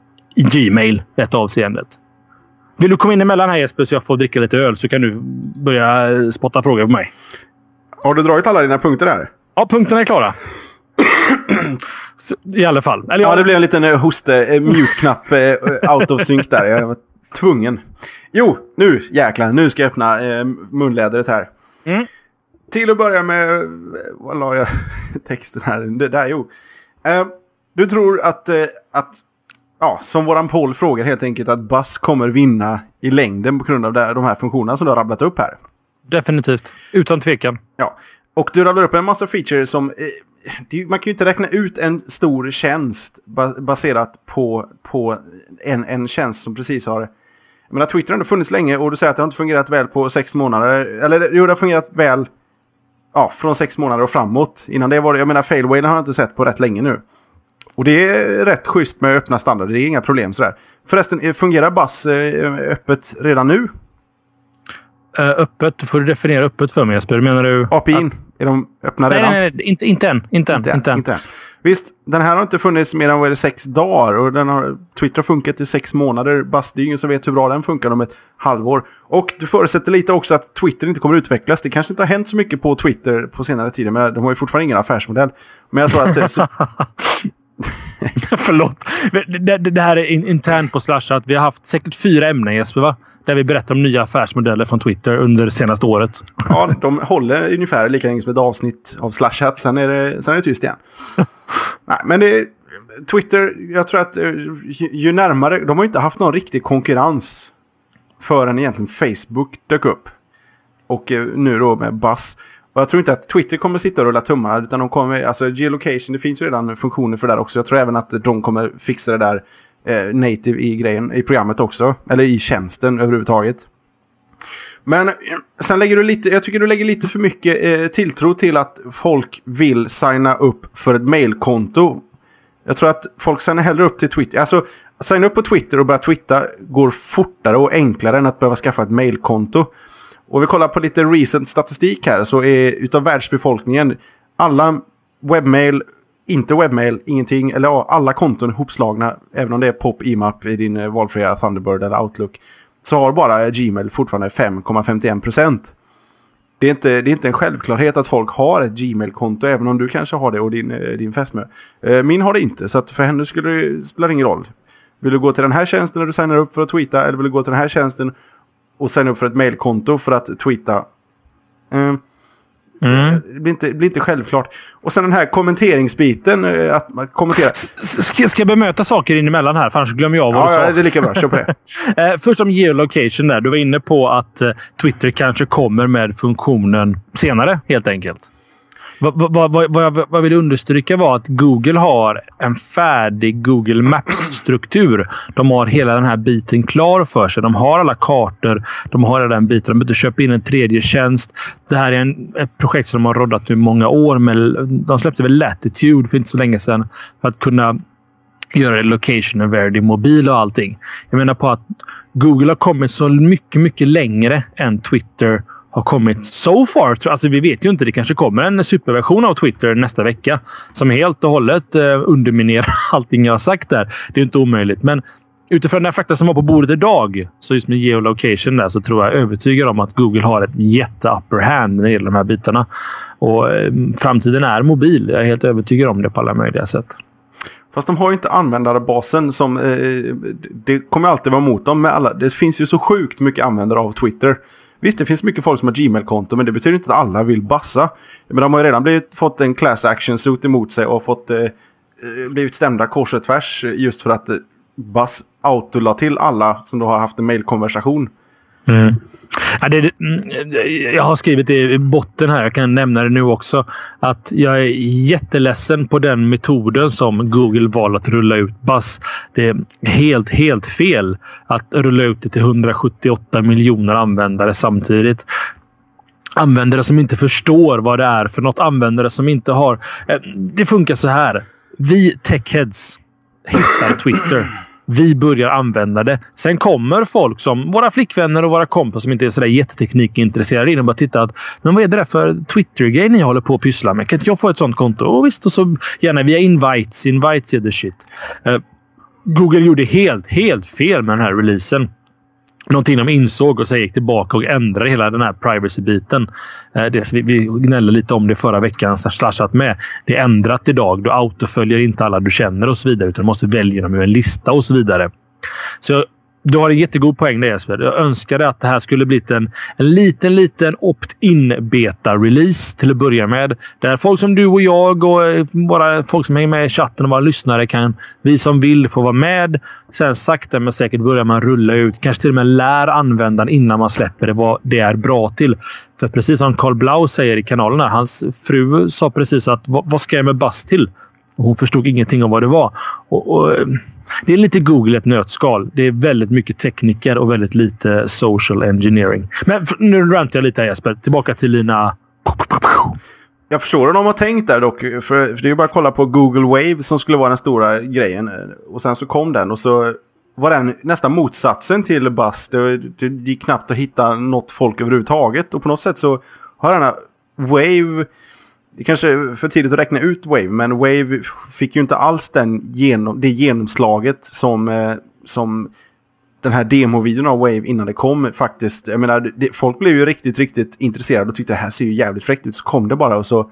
i Gmail, ett avseendet. Vill du komma in emellan här Jesper så jag får dricka lite öl så kan du börja spotta frågor på mig. Har du dragit alla dina punkter där? Ja, punkterna är klara. I alla fall. Eller, ja, det blev en liten mute-knapp out of sync där. Jag var tvungen. Jo, nu jäklar. Nu ska jag öppna munlädret här. Mm. Till att börja med... Vad la jag texten här? Det där, jo. Du tror att ja, som våran poll frågar helt enkelt att Buzz kommer vinna i längden på grund av de här funktionerna som du har rabblat upp här. Definitivt. Utan tvekan. Ja. Och du rabblar upp en massa features som... man kan ju inte räkna ut en stor tjänst baserat på en tjänst som precis har... Jag menar, Twitter har ändå funnits länge och du säger att det har inte fungerat väl på 6 månader. Eller jo, det har fungerat väl från 6 månader och framåt. Innan det var det, jag menar, failwhalen har jag inte sett på rätt länge nu. Och det är rätt schysst med öppna standarder. Det är inga problem sådär. Förresten, fungerar Buzz öppet redan nu? Öppet? Får du definiera öppet för mig, Jesper? Menar du... API:n? Är de öppna redan? Nej, inte än. Inte än. Visst, den här har inte funnits mer än 6 dagar. Och Twitter har funkat i 6 månader. Buzz, det är ingen som vet hur bra den funkar om ett halvår. Och du förutsätter lite också att Twitter inte kommer utvecklas. Det kanske inte har hänt så mycket på Twitter på senare tid. Men de har ju fortfarande ingen affärsmodell. Men jag tror att... Förlåt. Det här är internt på Slashat. Vi har haft säkert 4 ämnen, Jesper, va? Där vi berättar om nya affärsmodeller från Twitter under det senaste året. Ja, de håller ungefär lika länge som ett avsnitt av Slashat. Sen är det tyst igen. Nej, men Twitter, jag tror att ju närmare... De har inte haft någon riktig konkurrens förrän egentligen Facebook dök upp. Och nu då med Buzz. Och jag tror inte att Twitter kommer sitta och rulla tummarna, utan de kommer, alltså geolocation, det finns ju redan funktioner för det där också. Jag tror även att de kommer fixa det där native i grejen, i programmet också. Eller i tjänsten överhuvudtaget. Men sen lägger du lite, jag tycker du lägger lite för mycket tilltro till att folk vill signa upp för ett mailkonto. Jag tror att folk signar hellre upp till Twitter. Alltså, signa upp på Twitter och börja twitta går fortare och enklare än att behöva skaffa ett mailkonto. Och vi kollar på lite recent statistik här, så är utav världsbefolkningen alla webbmail, inte webbmail, ingenting, eller alla konton ihopslagna, även om det är pop IMAP i din valfria Thunderbird eller Outlook, så har bara Gmail fortfarande 5,51%. Det är inte en självklarhet att folk har ett Gmail-konto, även om du kanske har det och din fästmö. Min har det inte, så att för henne skulle det spela ingen roll. Vill du gå till den här tjänsten när du signar upp för att tweeta, eller vill du gå till den här tjänsten och signa upp för ett mailkonto för att tweeta? Det blir inte självklart. Och sen den här kommenteringsbiten, att man kommenterar. Ska jag bemöta saker in emellan här? För annars glömmer jag vad du sa. Ja, det är lika bra. Kör på det. Först om geolocation där. Du var inne på att Twitter kanske kommer med funktionen senare, helt enkelt. Vad jag vill understryka var att Google har en färdig Google Maps-struktur. De har hela den här biten klar för sig. De har alla kartor. De har hela den biten. De behöver köpa in en tredje tjänst. Det här är ett projekt som de har roddat i många år. Men de släppte väl Latitude för inte så länge sedan för att kunna göra location aware i mobil och allting. Jag menar på att Google har kommit så mycket, mycket längre än Twitter har kommit so far. Alltså vi vet ju inte. Det kanske kommer en superversion av Twitter nästa vecka som helt och hållet underminerar allting jag har sagt där. Det är inte omöjligt. Men utifrån den fakta som var på bordet idag, så just med geolocation där, så tror jag övertygad om att Google har ett jätte-upper hand när det gäller de här bitarna. Och framtiden är mobil. Jag är helt övertygad om det på alla möjliga sätt. Fast de har ju inte användarbasen som... det kommer alltid vara mot dem med alla. Det finns ju så sjukt mycket användare av Twitter. Visst, det finns mycket folk som har Gmail-konto, men det betyder inte att alla vill bassa. Men de har ju redan fått en class action suit emot sig och blivit stämda kors och tvärs just för att Buzz autola till alla som då har haft en mailkonversation. Mm. Ja, jag har skrivit det i botten här, jag kan nämna det nu också, att jag är jätteledsen på den metoden som Google valde att rulla ut Buzz. Det är helt fel att rulla ut det till 178 miljoner användare samtidigt. Användare som inte förstår vad det är för något, användare som inte har... Det funkar så här. Vi techheads hittar Twitter. Vi börjar använda det. Sen kommer folk som våra flickvänner och våra kompisar som inte är sådär jätteteknikintresserade in och bara titta att men vad är det där för Twitter-grej ni håller på att pyssla med? Kan inte jag få ett sånt konto? Visst, och så gärna via invites är the shit. Google gjorde helt fel med den här releasen. Någonting de insåg och så gick tillbaka och ändrade hela den här privacy-biten. Vi gnällde lite om det förra veckan, slashat med. Det är ändrat idag. Du autoföljer inte alla du känner och så vidare, utan du måste välja dem ur en lista och så vidare. Så du har en jättegod poäng där, Jesper. Jag önskade att det här skulle bli en liten opt-in-beta-release till att börja med. Där folk som du och jag och våra folk som hänger med i chatten och våra lyssnare kan, vi som vill, få vara med. Sen sakta men säkert börjar man rulla ut. Kanske till och med lär användaren innan man släpper det vad det är bra till. För precis som Carl Blau säger i kanalen här, hans fru sa precis att vad ska jag med Buzz till? Och hon förstod ingenting om vad det var. Och det är lite Google ett nötskal. Det är väldigt mycket tekniker och väldigt lite social engineering. Men nu rantar jag lite här, Jesper. Tillbaka till dina... Jag förstår hur de har tänkt där dock. För det är ju bara att kolla på Google Wave som skulle vara den stora grejen. Och sen så kom den och så var den nästan motsatsen till Buzz. Det gick knappt att hitta något folk överhuvudtaget. Och på något sätt så har den här Wave... Det kanske är för tidigt att räkna ut Wave. Men Wave fick ju inte alls det genomslaget som den här demovideon av Wave innan det kom faktiskt. Jag menar, folk blev ju riktigt, riktigt intresserade och tyckte det här ser ju jävligt fräckt ut. Så kom det bara och så...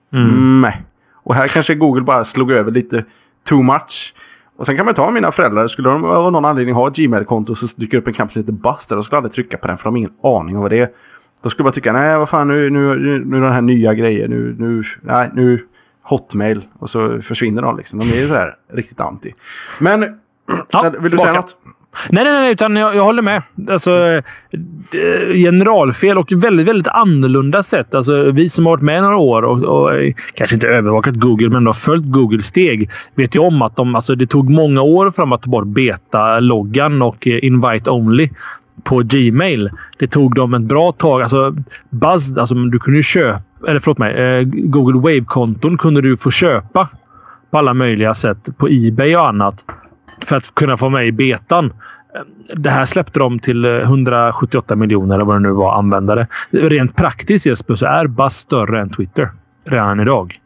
Och här kanske Google bara slog över lite too much. Och sen kan man ta mina föräldrar. Skulle de av någon anledning ha ett Gmail-konto så dyker upp en knapp som heter Buzz där. De skulle aldrig trycka på den för de har ingen aning om vad det är. Då skulle jag bara tycka, nej vad fan, nu är den här nya grejer. Nu Hotmail. Och så försvinner de liksom. De är ju sådär riktigt anti. Men, vill du säga något? Nej, utan jag håller med. Alltså, generalfel och väldigt, väldigt annorlunda sätt. Alltså, vi som har varit med några år och kanske inte övervakat Google, men har följt Googles steg, vet ju om att det tog många år fram att ta bort beta-loggan och invite only på Gmail. Det tog dem ett bra tag. Alltså, Buzz, du kunde ju köpa... Eller förlåt mig. Google Wave-konton kunde du få köpa på alla möjliga sätt på eBay och annat för att kunna få med i betan. Det här släppte de till 178 miljoner eller vad det nu var användare. Rent praktiskt, Jesper, så är Buzz större än Twitter redan idag.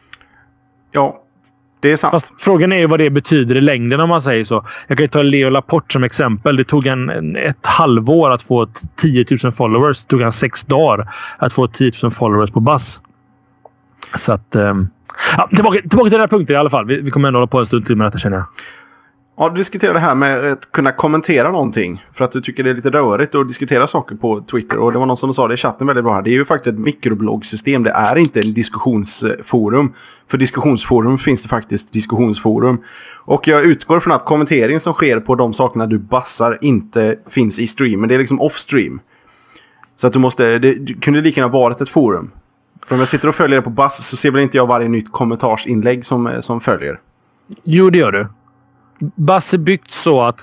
Ja, det är sant. Fast frågan är ju vad det betyder i längden om man säger så. Jag kan ju ta Leo Laporte som exempel. Det tog ett halvår att få 10 000 followers. Det tog 6 dagar att få 10 000 followers på Buzz. Så att... tillbaka till den här punkten i alla fall. Vi kommer ändå hålla på en stund till med detta, känner jag. Ja, du diskuterar det här med att kunna kommentera någonting. För att du tycker det är lite rörigt att diskutera saker på Twitter. Och det var någon som sa det i chatten väldigt bra här. Det är ju faktiskt ett mikrobloggsystem. Det är inte en diskussionsforum. För diskussionsforum finns det faktiskt diskussionsforum. Och jag utgår från att kommentering som sker på de sakerna du bassar inte finns i streamen. Det är liksom off-stream. Så att det kunde lika gärna varit ett forum. För om jag sitter och följer det på Buzz så ser väl inte jag varje nytt kommentarsinlägg som följer. Jo, det gör du. Buzz är byggt så att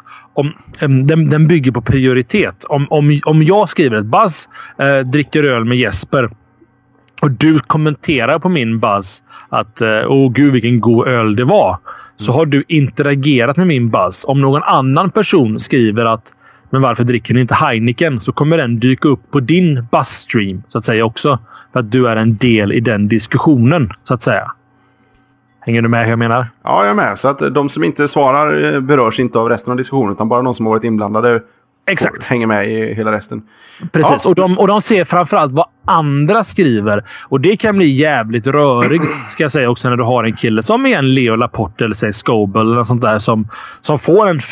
den bygger på prioritet. Om jag skriver ett Buzz dricker öl med Jesper och du kommenterar på min Buzz att gud vilken god öl det var, så har du interagerat med min Buzz. Om någon annan person skriver att men varför dricker ni inte Heineken, så kommer den dyka upp på din Buzz-stream så att säga också. För att du är en del i den diskussionen så att säga. Hänger du med hur jag menar? Ja, jag är med. Så att de som inte svarar berörs inte av resten av diskussionen, utan bara de som har varit inblandade. Exakt. Hänger med i hela resten. Precis. Ja. Och de ser framförallt vad andra skriver. Och det kan bli jävligt rörigt, ska jag säga också, när du har en kille som är en Leo Laporte eller säg Scoble eller något sånt där som får en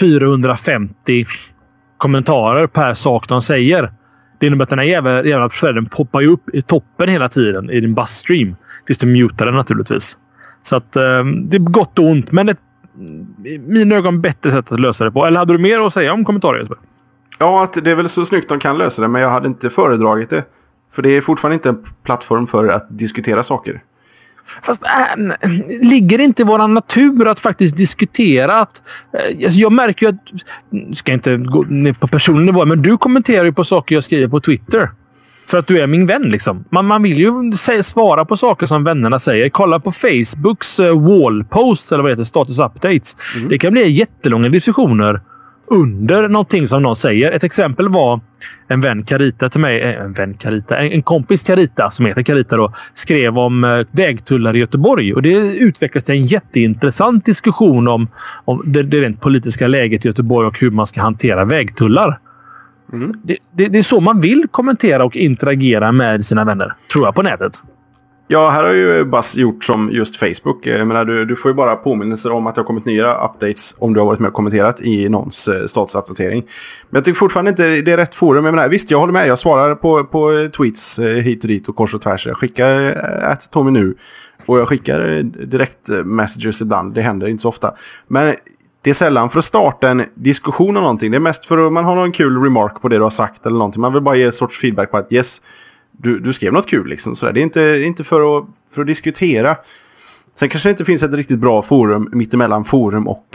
450 kommentarer per sak de säger. Det innebär att den här jävla threaden poppar ju upp i toppen hela tiden i din Buzz-stream. Tills du mutar den naturligtvis. Så att det är gott och ont, men i mina ögon bättre sätt att lösa det på. Eller hade du mer att säga om kommentarer, Jesper? Ja, att det är väl så snyggt de kan lösa det, men jag hade inte föredragit det. För det är fortfarande inte en plattform för att diskutera saker. Fast ligger det inte i vår natur att faktiskt diskutera att... Alltså jag märker ju att... Ska inte gå ner på personlig nivå, men du kommenterar ju på saker jag skriver på Twitter. För att du är min vän liksom. Man vill ju svara på saker som vännerna säger. Kolla på Facebooks wallposts eller vad det heter, status updates. Det kan bli jättelånga diskussioner under någonting som någon säger. Ett exempel var en vän Carita till mig. En kompis Carita som heter Carita då, skrev om vägtullar i Göteborg. Och det utvecklades en jätteintressant diskussion om det rent politiska läget i Göteborg och hur man ska hantera vägtullar. Det är så man vill kommentera och interagera med sina vänner, tror jag, på nätet. Ja, här har ju Buzz gjort som just Facebook. Jag menar, du får ju bara påminnelser om att det har kommit nya updates om du har varit med och kommenterat i någons statusuppdatering. Men jag tycker fortfarande inte det är rätt forum. Jag menar, visst, jag håller med. Jag svarar på tweets hit och dit och kors och tvärs. Jag skickar Tommy nu och jag skickar direkt messages ibland. Det händer inte så ofta. Men det är sällan för att starta en diskussion om någonting. Det är mest för att man har någon kul remark på det du har sagt eller någonting. Man vill bara ge en sorts feedback på att yes, du skrev något kul liksom. Så det är inte för att diskutera. Sen kanske det inte finns ett riktigt bra forum mittemellan forum och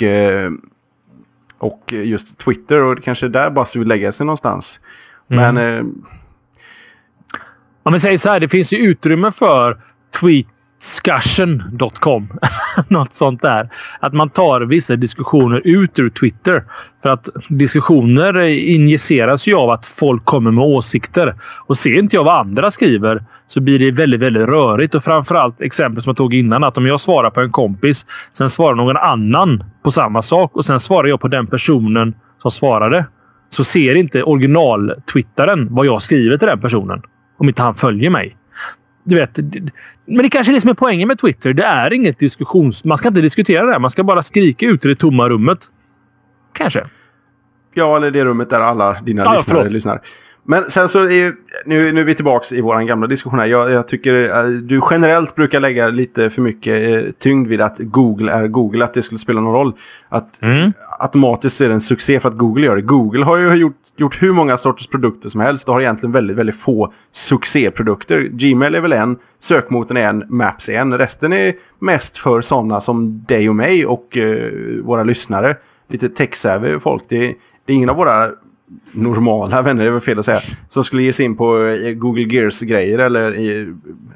just Twitter. Och det kanske är där bara vill lägga sig någonstans. Men... Om vi säger så här, det finns ju utrymme för tweetscussion.com. Något sånt där. Att man tar vissa diskussioner ut ur Twitter. För att diskussioner injiceras ju av att folk kommer med åsikter. Och ser inte jag vad andra skriver så blir det väldigt, väldigt rörigt. Och framförallt exempel som jag tog innan. Att om jag svarar på en kompis, sen svarar någon annan på samma sak och sen svarar jag på den personen som svarade. Så ser inte original-twittaren vad jag skriver till den personen. Om inte han följer mig. Du vet, men det kanske är det som är poängen med Twitter. Det är inget man ska inte diskutera det. Man ska bara skrika ut i det tomma rummet. Kanske. Ja, eller det rummet där alla dina lyssnare. Men sen så är nu är vi tillbaka i våran gamla diskussion här. Jag tycker du generellt brukar lägga lite för mycket tyngd vid att Google är Google. Att det skulle spela någon roll. Att automatiskt är det en succé för att Google gör det. Google har ju gjort hur många sorters produkter som helst. Och har egentligen väldigt, väldigt få succéprodukter. Gmail är väl en, sökmotorn är en, Maps är en. Resten är mest för sådana som dig och mig och våra lyssnare. Lite tech-savvy folk. Det är ingen av våra normala vänner, det är väl fel att säga, som skulle ge sig in på Google Gears-grejer eller i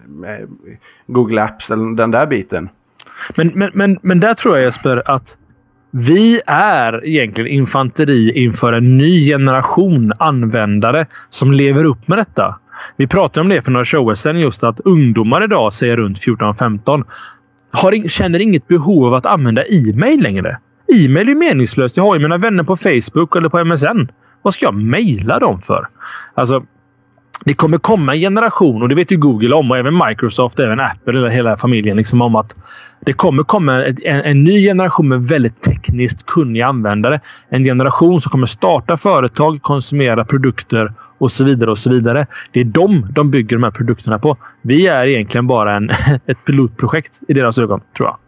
Google Apps eller den där biten. Men där tror jag, Jesper, att vi är egentligen infanteri inför en ny generation användare som lever upp med detta. Vi pratade om det för några shower sedan, just att ungdomar idag, säger runt 14-15, känner inget behov av att använda e-mail längre. E-mail är meningslöst. Jag har ju mina vänner på Facebook eller på MSN. Vad ska jag mejla dem för? Alltså, det kommer komma en generation, och det vet ju Google om, och även Microsoft, även Apple eller hela familjen, liksom, om att det kommer komma en ny generation med väldigt tekniskt kunniga användare. En generation som kommer starta företag, konsumera produkter och så vidare och så vidare. Det är de bygger de här produkterna på. Vi är egentligen bara ett pilotprojekt i deras ögon, tror jag.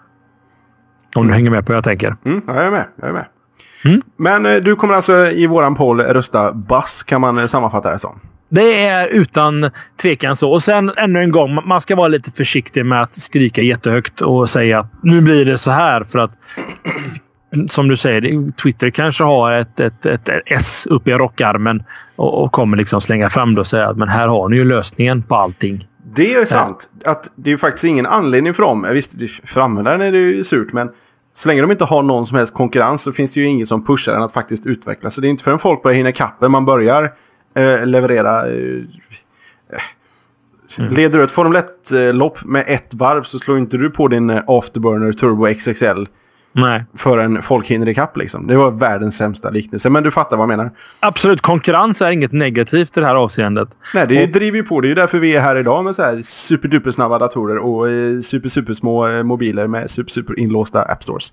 Om du hänger med på vad jag tänker. Jag är med. Men du kommer alltså i våran poll rösta Buzz, kan man sammanfatta det som? Det är utan tvekan så. Och sen ännu en gång, man ska vara lite försiktig med att skrika jättehögt och säga att nu blir det så här, för att som du säger, Twitter kanske har ett S uppe i rockarmen och kommer liksom slänga fram det och säga att men här har ni ju lösningen på allting. Det är sant. Att det är faktiskt ingen anledning för dem. Visst, för användaren är det ju surt, men så länge de inte har någon som helst konkurrens så finns det ju ingen som pushar den att faktiskt utveckla. Så det är inte förrän folk börjar hinna kappen man börjar leverera. Leder du ett Formel 1-lopp med ett varv så slår inte du på din Afterburner Turbo XXL. Nej. Förrän folk hinner i kapp liksom. Det var världens sämsta liknelse. Men du fattar vad jag menar. Absolut, konkurrens är inget negativt i det här avseendet. Nej, det driver ju på. Det är ju därför vi är här idag med så här superduper snabba datorer och super små mobiler med super inlåsta app stores.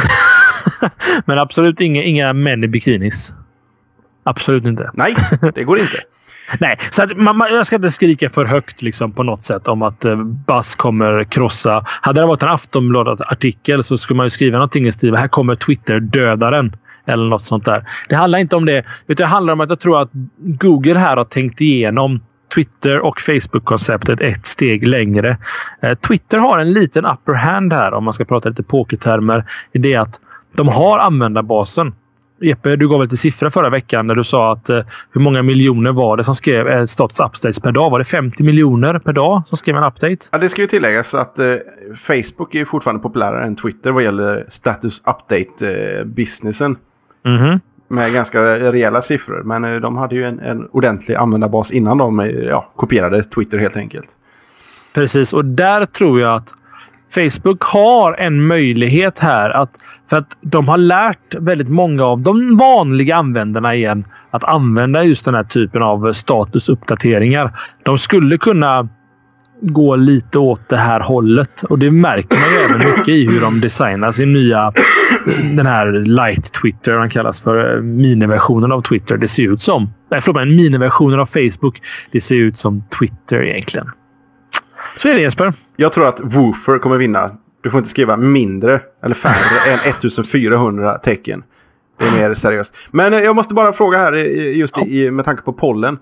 Men absolut inga män i bikinis. Absolut inte. Nej, det går inte. Nej, så att jag ska inte skrika för högt liksom, på något sätt om att Buzz kommer krossa. Hade det varit en Aftonbladet-artikel så skulle man ju skriva någonting i stil. Här kommer Twitter-dödaren. Eller något sånt där. Det handlar inte om det. Det handlar om att jag tror att Google här har tänkt igenom Twitter och Facebook-konceptet ett steg längre. Twitter har en liten upper hand här, om man ska prata lite pokertermer. I det att de har användarbasen. Jeppe, du gav lite siffror förra veckan när du sa att hur många miljoner var det som skrev status updates per dag? Var det 50 miljoner per dag som skrev en update? Ja, det ska ju tilläggas att Facebook är fortfarande populärare än Twitter vad gäller status update-businessen. Med ganska rejäla siffror. Men de hade ju en ordentlig användarbas innan de kopierade Twitter helt enkelt. Precis, och där tror jag att Facebook har en möjlighet här för att de har lärt väldigt många av de vanliga användarna igen att använda just den här typen av statusuppdateringar. De skulle kunna gå lite åt det här hållet och det märker man ju även mycket i hur de designar sin nya, den här light Twitter, den kallas för miniversionen av Twitter. Det ser ut som, en miniversionen av Facebook. Det ser ut som Twitter egentligen. Så är det, Jesper. Jag tror att Woofer kommer vinna. Du får inte skriva mindre eller färre än 1400 tecken. Det är mer seriöst. Men jag måste bara fråga här just med tanke på pollen.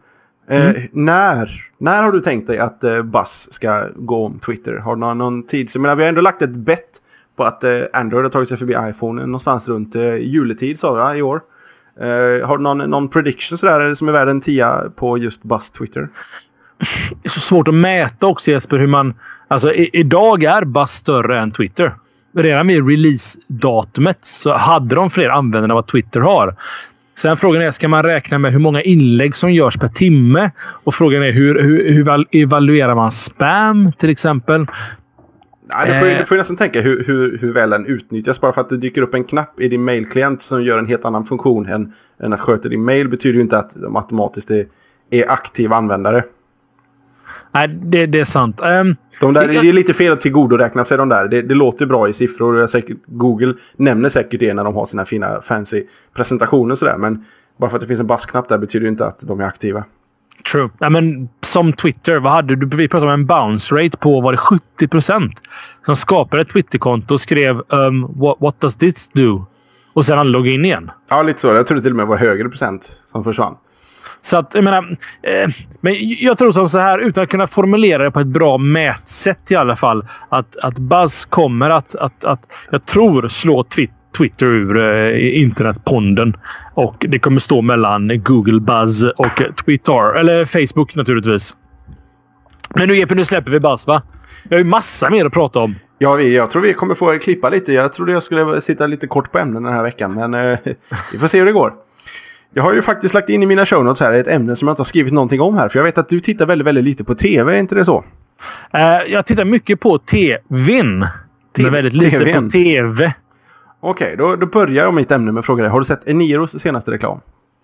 När har du tänkt dig att Buzz ska gå om Twitter? Har du någon tid? Så, vi har ändå lagt ett bett på att Android har tagit sig förbi iPhone någonstans runt juletid, sa jag, i år. Har du någon prediction sådär som är värd en 10 på just Buzz Twitter? är så svårt att mäta också, Jesper, hur man... Alltså, idag är Buzz större än Twitter. Redan vid release-datumet så hade de fler användare än vad Twitter har. Sen frågan är, ska man räkna med hur många inlägg som görs per timme? Och frågan är, hur evaluerar man spam, till exempel? Nej, du får ju nästan tänka hur väl den utnyttjas. Bara för att det dyker upp en knapp i din mailklient som gör en helt annan funktion än att sköta din mail betyder ju inte att de automatiskt är aktiva användare. Nej, det är sant. Det är lite fel att tillgodoräkna sig de där. Det låter bra i siffror. Google nämner säkert det när de har sina fina fancy presentationer och sådär. Men bara för att det finns en bassknapp där betyder det inte att de är aktiva. True. Ja, men som Twitter, vad hade du? Vi pratade om en bounce rate på, var det 70%? Som skapade ett Twitterkonto och skrev what does this do? Och sen han loggade in igen. Ja, lite så. Jag trodde till och med var högre procent som försvann. Så att, jag menar... men jag tror som så här, utan att kunna formulera det på ett bra mätsätt i alla fall, att Buzz kommer att jag tror, slå Twitter ur internetponden. Och det kommer stå mellan Google Buzz och Twitter. Eller Facebook naturligtvis. Men nu släpper vi Buzz, va? Jag har ju massa mer att prata om. Ja, jag tror vi kommer få klippa lite. Jag trodde jag skulle sitta lite kort på ämnen den här veckan. Men vi får se hur det går. Jag har ju faktiskt lagt in i mina show notes här ett ämne som jag inte har skrivit någonting om här. För jag vet att du tittar väldigt, väldigt lite på tv, är inte det så? Jag tittar mycket på tvn. Men väldigt lite på tv. Okej, då börjar jag mitt ämne med att fråga dig. Har du sett Eniros senaste reklam?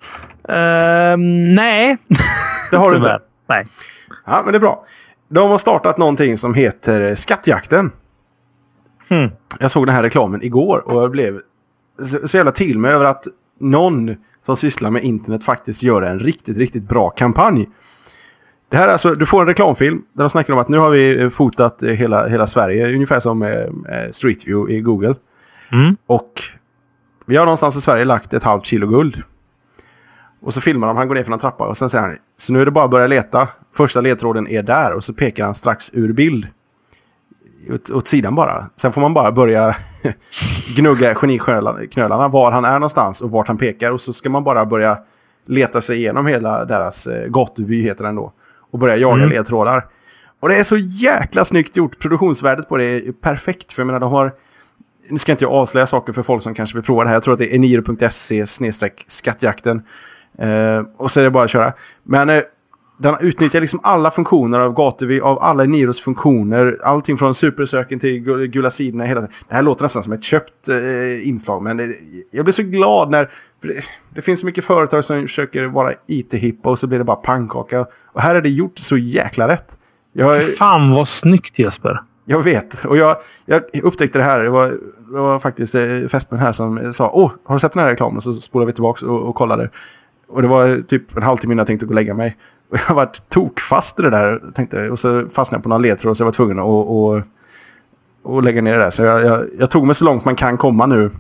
Nej. Det har du inte? Nej. Ja, men det är bra. De har startat någonting som heter Skattjakten. Jag såg den här reklamen igår och jag blev så jävla till mig över att någon som sysslar med internet faktiskt gör en riktigt, riktigt bra kampanj. Det här är alltså, du får en reklamfilm där de snackar om att nu har vi fotat hela Sverige, ungefär som Street View i Google. Och vi har någonstans i Sverige lagt 1,5 kilo guld. Och så filmar han går ner för en trappa och sen säger han, så nu är det bara att börja leta. Första ledtråden är där och så pekar han strax ur bild. Åt sidan bara. Sen får man bara börja gnugga geniknölarna var han är någonstans och vart han pekar. Och så ska man bara börja leta sig igenom hela deras gatuvy heter den då. Och börja jaga ledtrådar. Och det är så jäkla snyggt gjort. Produktionsvärdet på det är perfekt. För jag menar, de har... Nu ska inte jag avslöja saker för folk som kanske vill prova det här. Jag tror att det är eniro.se/skattjakten. Och så är det bara att köra. Men den utnyttjar liksom alla funktioner av gatuvy, av alla Eniros funktioner. Allting från supersöken till gula sidorna. Hela. Det här låter nästan som ett köpt inslag. Men jag blir så glad när... Det finns så mycket företag som försöker vara IT-hippa och så blir det bara pannkaka. Och här är det gjort så jäkla rätt. Fan vad snyggt, Jesper. Jag vet. Och jag upptäckte det här. Det var faktiskt fästmän här som sa, har du sett den här reklamen? Så spolade vi tillbaka och kollade. Och det var typ en halvtimme innan jag tänkte gå och lägga mig. Och jag var tokfast i det där. Tänkte, och så fastnade jag på någon ledtråd så jag var tvungen att lägga ner det där. Så jag tog mig så långt man kan komma nu.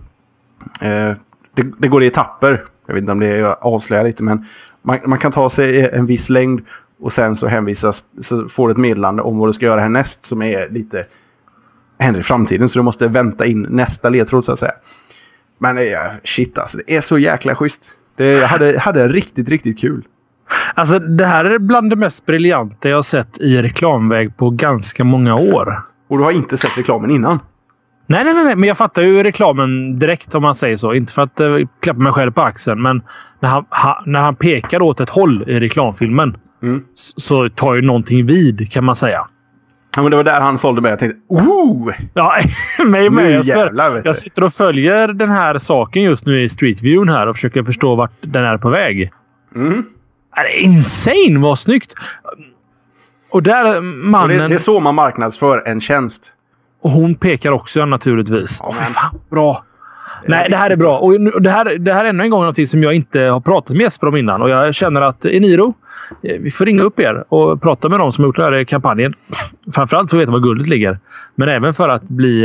Det går i etapper. Jag vet inte om det avslöjar lite. Men man kan ta sig en viss längd. Och sen så hänvisas, så får du ett meddelande om vad du ska göra härnäst som är lite händer i framtiden. Så du måste vänta in nästa ledtråd så att säga. Men shit alltså, det är så jäkla schysst. Jag hade riktigt, riktigt kul. Alltså det här är bland det mest briljanta jag har sett i reklamväg på ganska många år. Och du har inte sett reklamen innan? Nej. Men jag fattar ju reklamen direkt om man säger så. Inte för att klappa mig själv på axeln. Men när han pekar åt ett håll i reklamfilmen så tar ju någonting vid kan man säga. Ja, men det var där han sålde mig. Jag tänkte, Ja, mig med. Jävlar, jag sitter och följer den här saken just nu i Street View här och försöker förstå vart den är på väg. Det är insane vad snyggt. Och där mannen... Och det är så man marknadsför en tjänst. Och hon pekar också naturligtvis. För fan, bra. Nej, det här är bra. Och det här är ännu en gång något som jag inte har pratat med Jesper om innan. Och jag känner att Eniro, vi får ringa upp er och prata med någon som har gjort den här kampanjen. Framförallt för att veta var guldet ligger. Men även för att bli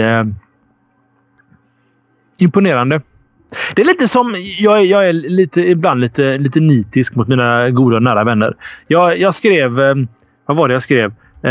imponerande. Det är lite som... Jag är ibland lite nitisk mot mina goda och nära vänner. Jag skrev... vad var det jag skrev?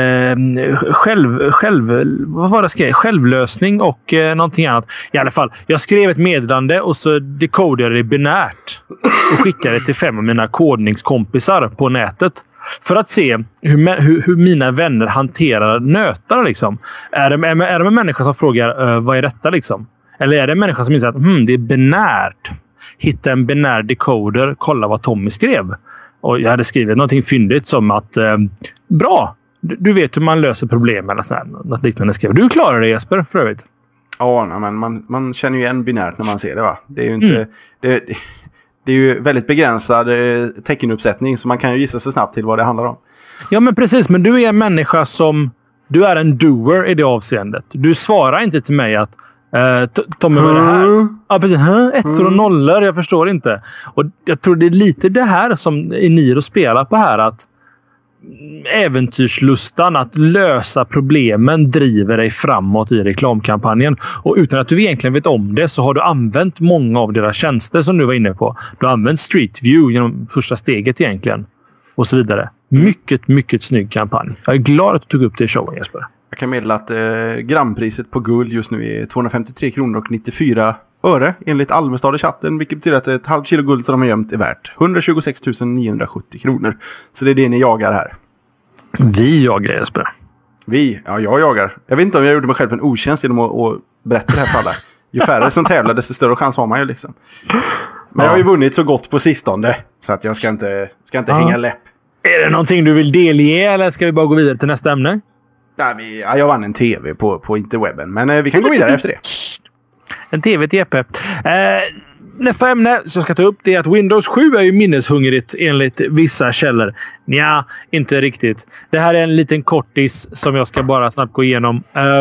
Vad var det jag skrev? Självlösning och någonting annat. I alla fall, jag skrev ett meddelande och så dekodade det binärt och skickade det till 5 av mina kodningskompisar på nätet. För att se hur mina vänner hanterar nötar. Liksom. Är det en människa som frågar vad är detta? Liksom? Eller är det en människa som inser att det är binärt? Hitta en binär decoder. Kolla vad Tommy skrev. Och jag hade skrivit någonting fyndigt som att bra! Du vet hur man löser problem eller så här, något liknande skrev. Du klarar det, Jesper, för övrigt. Ja, men man känner ju igen binärt när man ser det, va? Det är ju inte... Det är ju väldigt begränsad teckenuppsättning, så man kan ju gissa sig snabbt till vad det handlar om. Ja, men precis. Men du är en människa som... Du är en doer i det avseendet. Du svarar inte till mig att Tommy, vad är det här? Ja, precis. Ettor och nollor. Jag förstår inte. Och jag tror det är lite det här som Eniro spelar på här. Att äventyrslustan att lösa problemen driver dig framåt i reklamkampanjen. Och utan att du egentligen vet om det så har du använt många av deras tjänster som du var inne på. Du har använt Street View genom första steget egentligen. Och så vidare. Mycket, mycket snygg kampanj. Jag är glad att du tog upp det i showen, Jesper. Jag kan meddela att grampriset på guld just nu är 253 kronor och 94 öre enligt Almestad i chatten, vilket betyder att ett halvt kilo guld som de har gömt är värt 126 970 kronor. Så det är det ni jagar här. Vi jagar, Jesper. Ja, jag jagar. Jag vet inte om jag gjorde mig själv en otjänst genom att berätta det här för alla. Ju färre som tävlar, desto större chans har man ju liksom. Men jag har ju vunnit så gott på sistone, så att jag ska inte hänga läpp. Är det någonting du vill delge eller ska vi bara gå vidare till nästa ämne? Jag vann en tv på interwebben, men vi kan gå vidare efter det. En tv till Jeppe. Nästa ämne som jag ska ta upp det är att Windows 7 är ju minneshungrigt enligt vissa källor. Nja, inte riktigt. Det här är en liten kortis som jag ska bara snabbt gå igenom.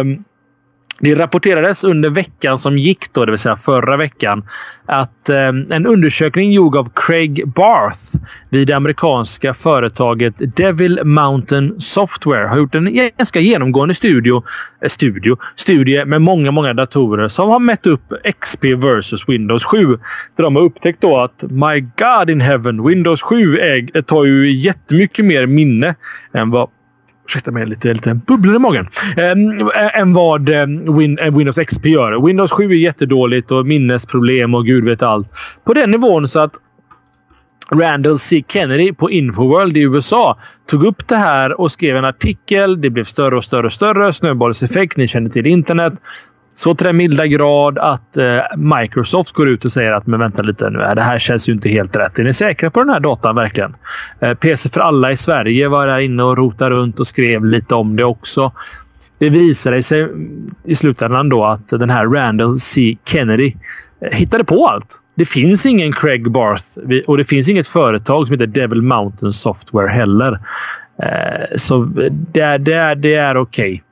Det rapporterades under veckan som gick då, det vill säga förra veckan, att en undersökning gjord av Craig Barth vid det amerikanska företaget Devil Mountain Software har gjort en ganska genomgående studie med många datorer som har mätt upp XP versus Windows 7. Där de har upptäckt då att my God in heaven, Windows 7 tar ju jättemycket mer minne än vad... Ursäkta mig, lite bubblor i magen. Än vad Windows XP gör. Windows 7 är jättedåligt och minnesproblem och gud vet allt. På den nivån så att Randall C. Kennedy på Infoworld i USA tog upp det här och skrev en artikel. Det blev större och större. Snöbollseffekt. Ni känner till internet. Så till den milda grad att Microsoft går ut och säger att men vänta lite nu. Det här känns ju inte helt rätt. Är ni säkra på den här datan verkligen? PC för alla i Sverige var där inne och rotade runt och skrev lite om det också. Det visade sig i slutändan då att den här Randall C. Kennedy hittade på allt. Det finns ingen Craig Barth och det finns inget företag som heter Devil Mountain Software heller. Så det är okej.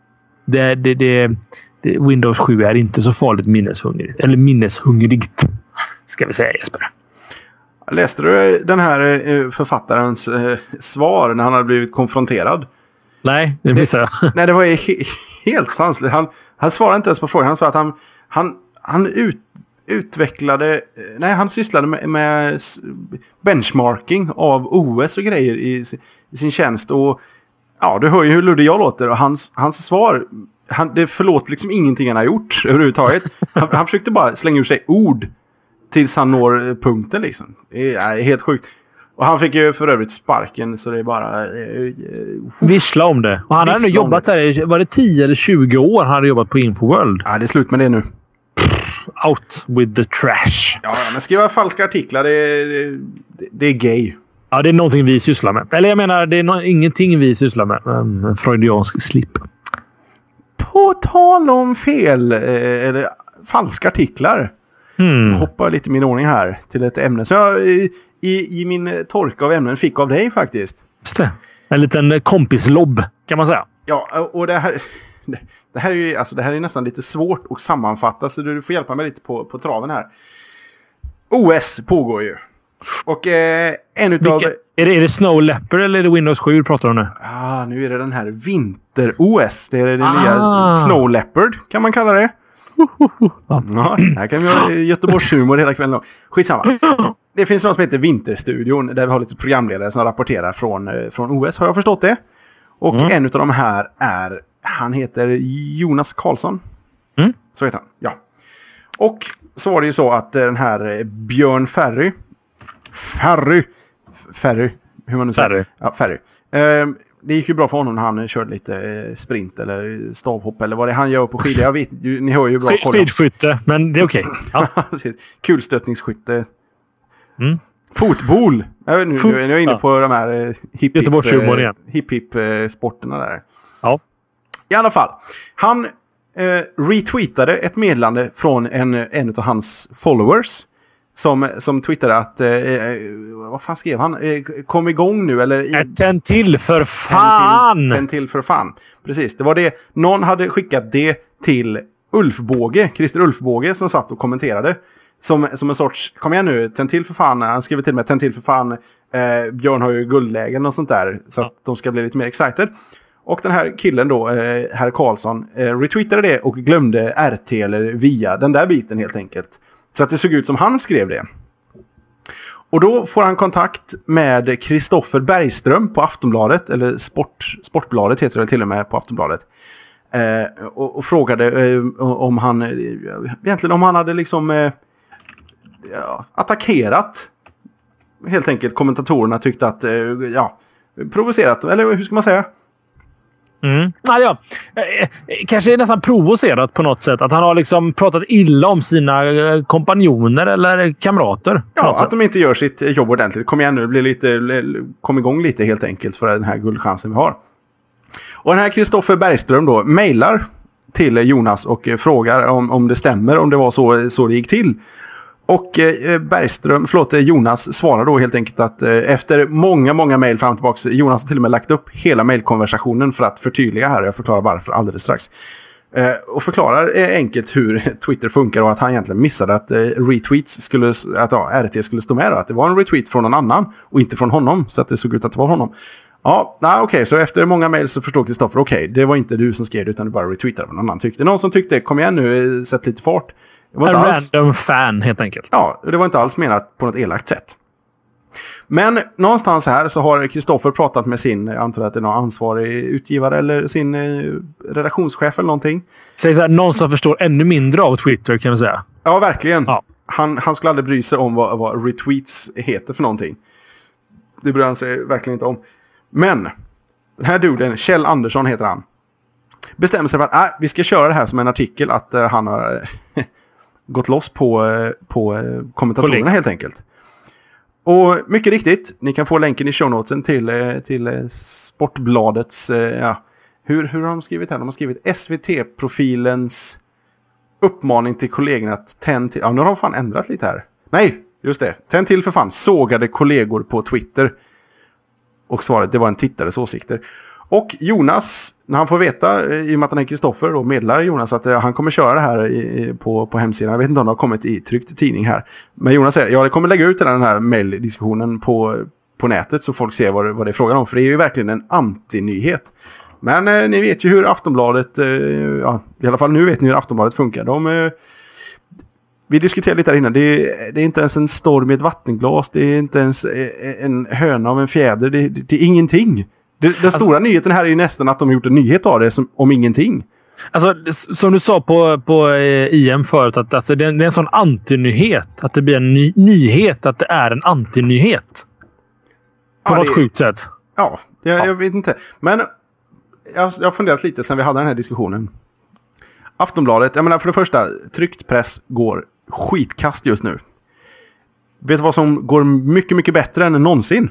Windows 7 är inte så farligt minneshungrigt. Ska vi säga, Jesper. Läste du den här författarens svar när han hade blivit konfronterad? Nej, det missade jag. Nej, det var helt sanslöst. Han svarade inte ens på frågan. Han sa att han utvecklade... Nej, han sysslade med benchmarking av OS och grejer i sin tjänst. Och ja, du hör ju hur luddig jag låter. Och hans svar... det förlåter liksom ingenting han har gjort överhuvudtaget. Han försökte bara slänga ur sig ord tills han når punkten liksom. Det är helt sjukt. Och han fick ju för övrigt sparken, så det är bara... Vissla om det. Och han hade jobbat där, var det 10 eller 20 år han hade jobbat på Infoworld? Ja, det är slut med det nu. Out with the trash. Ja, men skriva falska artiklar, det är gay. Ja, det är någonting vi sysslar med. Eller jag menar, det är ingenting vi sysslar med. En freudiansk slip. På tal om fel eller falska artiklar. Hoppar lite min ordning här till ett ämne som jag i min torka av ämnen fick av dig faktiskt. Just det. En liten kompislobb kan man säga. Ja, och det här är ju det här är nästan lite svårt att sammanfatta, så du får hjälpa mig lite på traven här. OS pågår ju. Och en utav... Är det Snow Leopard eller är det Windows 7 du pratar om nu? Nu är det den här vinter-OS. Det är det nya Snow Leopard, kan man kalla det. Ja, här kan vi ha Göteborgshumor hela kvällen. Skitsamma. Det finns något som heter Vinterstudion, där vi har lite programledare som rapporterar från OS, har jag förstått det. Och en av de här han heter Jonas Karlsson. Så heter han, ja. Och så var det ju så att den här Björn Ferry, hur man nu säger. Ferry. Ja, Ferry. Det gick ju bra för honom när han körde lite sprint eller stavhopp eller vad det är han gör på skidor. Jag vet, ni hör ju bra koll. Skidskytte, men det är okej. Ja. Kulstötningsskytte. Fotboll. Nu är jag inne på de här hip-hip-sporterna där. Ja. I alla fall. Han retweetade ett meddelande från en av hans followers. Som twittrade att... vad fan skrev han? Kom igång nu, eller... Tänd till för fan! Tänd till för fan. Precis, det var det. Någon hade skickat det till Christer Ulfbåge som satt och kommenterade. Som en sorts... Kom igen nu, tänd till för fan. Han skriver till mig, tänd till för fan. Björn har ju guldlägen och sånt där. Så att de ska bli lite mer excited. Och den här killen då, herr Karlsson, retweetade det och glömde RT eller via den där biten helt enkelt. Så att det såg ut som han skrev det. Och då får han kontakt med Kristoffer Bergström på Aftonbladet. Eller Sportbladet heter det till och med på Aftonbladet. Och frågade om han egentligen om han hade liksom attackerat. Helt enkelt kommentatorerna tyckte att provocerat. Eller hur ska man säga? Kanske nästan provocerat på något sätt. Att han har liksom pratat illa om sina kompanjoner eller kamrater. Ja, att de inte gör sitt jobb ordentligt. Kom igen nu, kom igång lite helt enkelt för den här guldchansen vi har. Och den här Kristoffer Bergström då mejlar till Jonas och frågar om det stämmer, om det var så det gick till. Och Jonas svarar då helt enkelt att efter många mejl fram och tillbaka, Jonas har till och med lagt upp hela mejlkonversationen för att förtydliga här. Jag förklarar varför alldeles strax. Och förklarar enkelt hur Twitter funkar och att han egentligen missade att retweets RT skulle stå med. Att det var en retweet från någon annan och inte från honom, så att det såg ut att det var honom. Ja, okej, så efter många mejl så förstår Kristoffer, det var inte du som skrev det utan du bara retweetade vad någon annan tyckte. Någon som tyckte, kom igen nu, sätt lite fart. En random fan helt enkelt. Ja, det var inte alls menat på något elakt sätt. Men någonstans här så har Kristoffer pratat med sin, jag antar att det är någon ansvarig utgivare eller sin redaktionschef eller någonting. Säg så här, någon som förstår ännu mindre av Twitter kan man säga. Ja, verkligen. Ja. Han skulle aldrig bry sig om vad retweets heter för någonting. Det bryr han sig verkligen inte om. Men den här duden, Kjell Andersson heter han, bestämmer sig för att vi ska köra det här som en artikel att han har gått loss på kommentatorerna helt enkelt. Och mycket riktigt, ni kan få länken i shownotesen till Sportbladets hur har de skrivit här? De har skrivit SVT-profilens uppmaning till kollegorna att tänd till... Ja, nu har de fan ändrat lite här. Nej, just det. Tänd till för fan. Sågade kollegor på Twitter. Och svaret, det var en tittares åsikter. Och Jonas, när han får veta, i och med att han är Kristoffer, då meddelar Jonas att han kommer köra det här på hemsidan. Jag vet inte om det har kommit i tryckt tidning här. Men Jonas säger, jag kommer lägga ut den här mejldiskussionen på nätet så folk ser vad det är frågan om. För det är ju verkligen en antinyhet. Men ni vet ju hur Aftonbladet, i alla fall nu vet ni hur Aftonbladet funkar. Vi diskuterade lite här innan, det är inte ens en storm i ett vattenglas, det är inte ens en höna av en fjäder, det är ingenting. Den stora nyheten här är ju nästan att de har gjort en nyhet av det om ingenting. Alltså, som du sa på IM förut, att alltså, det är en sån antinyhet. Att det blir en nyhet, att det är en antinyhet. På något sjukt sätt. Ja, jag vet inte. Men jag har funderat lite sen vi hade den här diskussionen. Aftonbladet, jag menar för det första, tryckt press går skitkast just nu. Vet du vad som går mycket, mycket bättre än någonsin?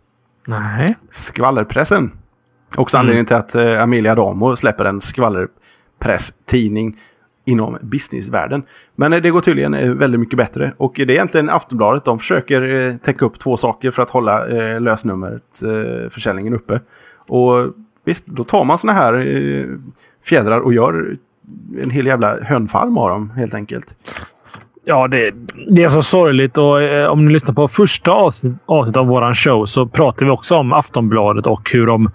Nej. Skvallerpressen. Också anledningen till att Amelia Adamo släpper en skvallerpress-tidning inom businessvärlden. Men det går tydligen väldigt mycket bättre. Och det är egentligen Aftonbladet. De försöker täcka upp två saker för att hålla lösnumret, försäljningen uppe. Och visst, då tar man såna här fjädrar och gör en hel jävla hönfarm av dem helt enkelt. Ja, det är så sorgligt. Och om ni lyssnar på första avsnittet av våran show så pratar vi också om Aftonbladet och hur de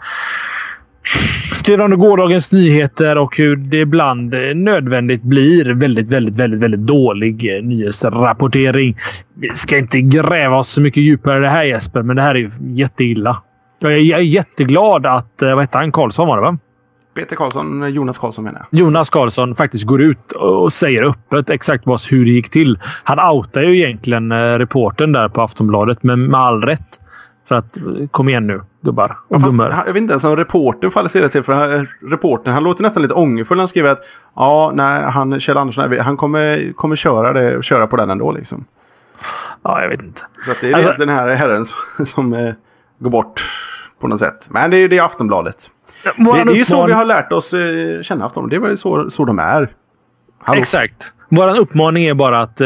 skriver om gårdagens nyheter och hur det ibland nödvändigt blir väldigt dålig nyhetsrapportering. Vi ska inte gräva oss så mycket djupare i det här, Jesper, men det här är ju jätteilla. Jag är jätteglad att, vad heter han? Karlsson var det, va? Peter Karlsson, Jonas Karlsson menar jag. Jonas Karlsson faktiskt går ut och säger öppet exakt hur det gick till. Han outar ju egentligen reportern där på Aftonbladet med all rätt. Så att, kom igen nu, gubbar. Jag vet inte ens om reportern faller sig till. För reportern, han låter nästan lite ångerfull. Han skriver att Kjell Andersson, han kommer köra på den ändå liksom. Ja, jag vet inte. Så att det är den här herren som går bort på något sätt. Men det är Aftonbladet. Det är ju så vi har lärt oss känna Aftonbladet. Det är väl så de är. Hallå. Exakt. Vår uppmaning är bara att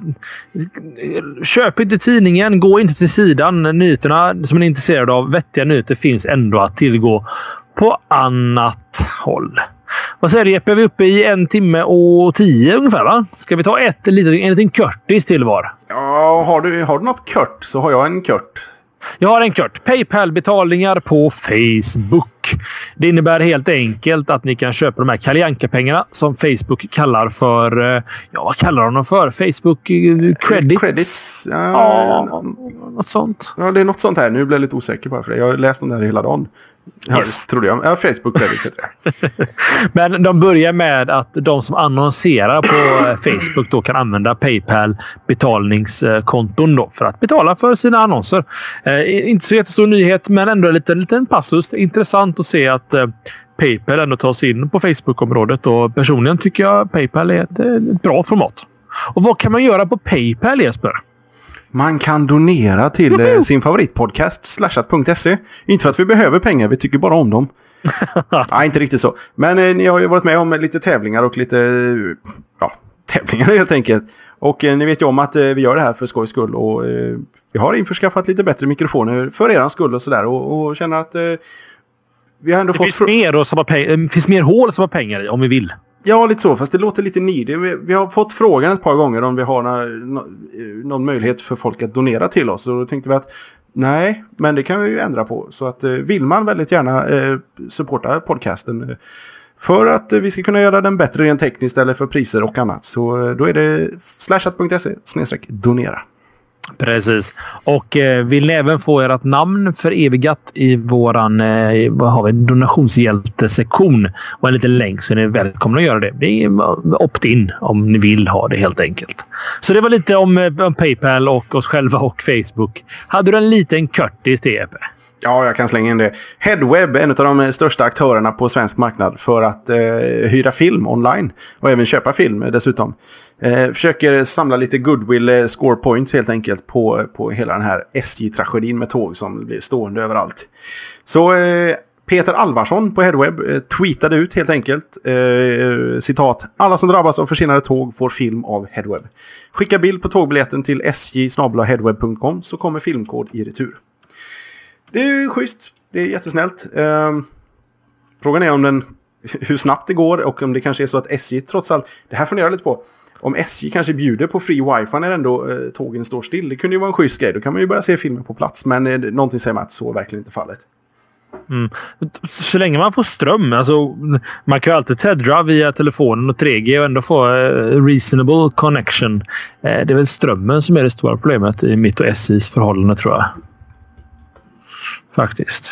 köp inte tidningen, gå inte till sidan. Nyheterna som man är intresserad av, vettiga nyheter, finns ändå att tillgå på annat håll. Vad säger du, Jeppe? Vi är uppe i 1 timme och 10 ungefär, va? Ska vi ta en liten Curtis till var? Ja, har du något Kurt så har jag en Kurt. Jag har en Kurt. PayPal-betalningar på Facebook. Det innebär helt enkelt att ni kan köpa de här Kalle Anka-pengarna som Facebook kallar för... vad kallar de dem för? Facebook credits? Ja, något sånt. Ja, det är något sånt här. Nu blir jag lite osäker bara för det. Jag har läst om det här hela dagen. Yes. Trodde jag. Ja, Facebook credits heter det. Men de börjar med att de som annonserar på Facebook då kan använda PayPal betalningskonton då för att betala för sina annonser. Inte så jättestor nyhet, men ändå en liten passus. Intressant att se att PayPal ändå tar sig in på Facebook-området, och personligen tycker jag PayPal är ett bra format. Och vad kan man göra på PayPal, Jesper? Man kan donera till sin favoritpodcast slashat.se. Inte för att vi behöver pengar, vi tycker bara om dem. Nej, inte riktigt så. Men ni har ju varit med om lite tävlingar och lite tävlingar helt enkelt. Och ni vet ju om att vi gör det här för skojs skull. Och vi har införskaffat lite bättre mikrofoner för er skull och sådär. Och känner att vi har ändå fått... finns mer hål som har pengar i om vi vill. Ja, lite så. Fast det låter lite needy. Vi har fått frågan ett par gånger om vi har någon möjlighet för folk att donera till oss. Och då tänkte vi att nej, men det kan vi ju ändra på. Så att vill man väldigt gärna supporta podcasten för att vi ska kunna göra den bättre rent tekniskt eller för priser och annat. Så då är det slashat.se/donera. Precis. Och vill ni även få ert namn förevigat i våran donationshjältesektion och en liten länk, så är ni välkomna att göra det. Det är opt-in om ni vill ha det helt enkelt. Så det var lite om PayPal och oss själva och Facebook. Hade du en liten Curtis till Epe? Ja, jag kan slänga in det. Headweb är en av de största aktörerna på svensk marknad för att hyra film online och även köpa film dessutom. Försöker samla lite goodwill score points helt enkelt på hela den här SJ-tragedin med tåg som blir stående överallt. Så Peter Alvarsson på Headweb tweetade ut helt enkelt citat: alla som drabbas av försenade tåg får film av Headweb. Skicka bild på tågbiljetten till sj@headweb.com så kommer filmkod i retur. Det är ju schysst. Det är jättesnällt. Frågan är om hur snabbt det går och om det kanske är så att SJ trots allt... Det här funderar jag lite på. Om SJ kanske bjuder på free wifi när ändå tågen står still. Det kunde ju vara en schysst grej. Då kan man ju börja se filmen på plats. Men någonting säger man att så är verkligen inte fallet. Mm. Så länge man får ström. Alltså, man kan ju alltid teddra via telefonen och 3G och ändå få reasonable connection. Det är väl strömmen som är det stora problemet i mitt och SJs förhållande, tror jag. Faktiskt.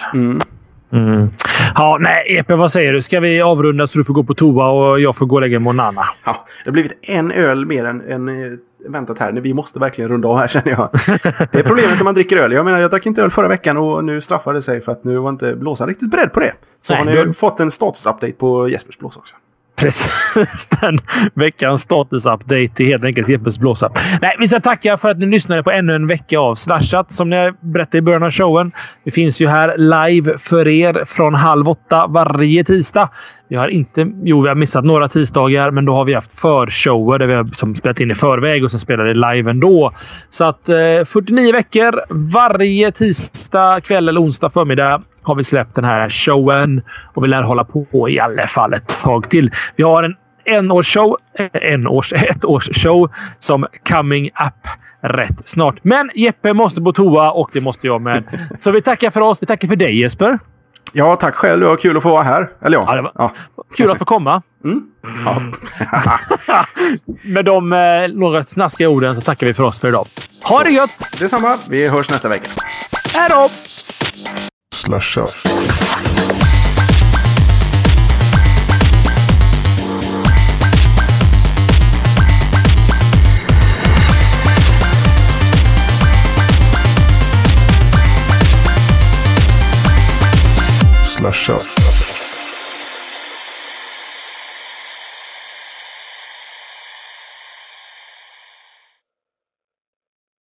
Ja, nej, Epe, vad säger du? Ska vi avrunda så du får gå på toa och jag får gå och lägga Monana? Ja, det har blivit en öl mer än väntat här. Vi måste verkligen runda av här, känner jag. Det är problemet när man dricker öl. Jag menar, jag drack inte öl förra veckan och nu straffade det sig för att nu var inte blåsan riktigt beredd på det. Så nej, har ni fått en statusupdate på Jespers blåsa också. Precis, den veckans statusupdate är helt enkelt Jeppes blåsa. Nej, vi ska tacka för att ni lyssnade på ännu en vecka av Slashat. Som ni berättade i början av showen. Vi finns ju här live för er från 7:30 varje tisdag. Vi har missat några tisdagar, men då har vi haft förshower där vi har spelat in i förväg och sen spelar det live ändå. Så att 49 veckor varje tisdag kväll eller onsdag förmiddag har vi släppt den här showen och vi lär hålla på i alla fall ett tag till. Vi har en ett års show som coming up rätt snart. Men Jeppe måste på toa och det måste jag med. Så vi tackar för oss. Vi tackar för dig, Jesper. Ja, tack själv. Det var kul att få vara här. Eller ja. Det var kul att få komma. Ja. Med de några snaskiga orden så tackar vi för oss för idag. Ha det gött! Detsamma. Vi hörs nästa vecka. Hej då! Slashat. jävla kört.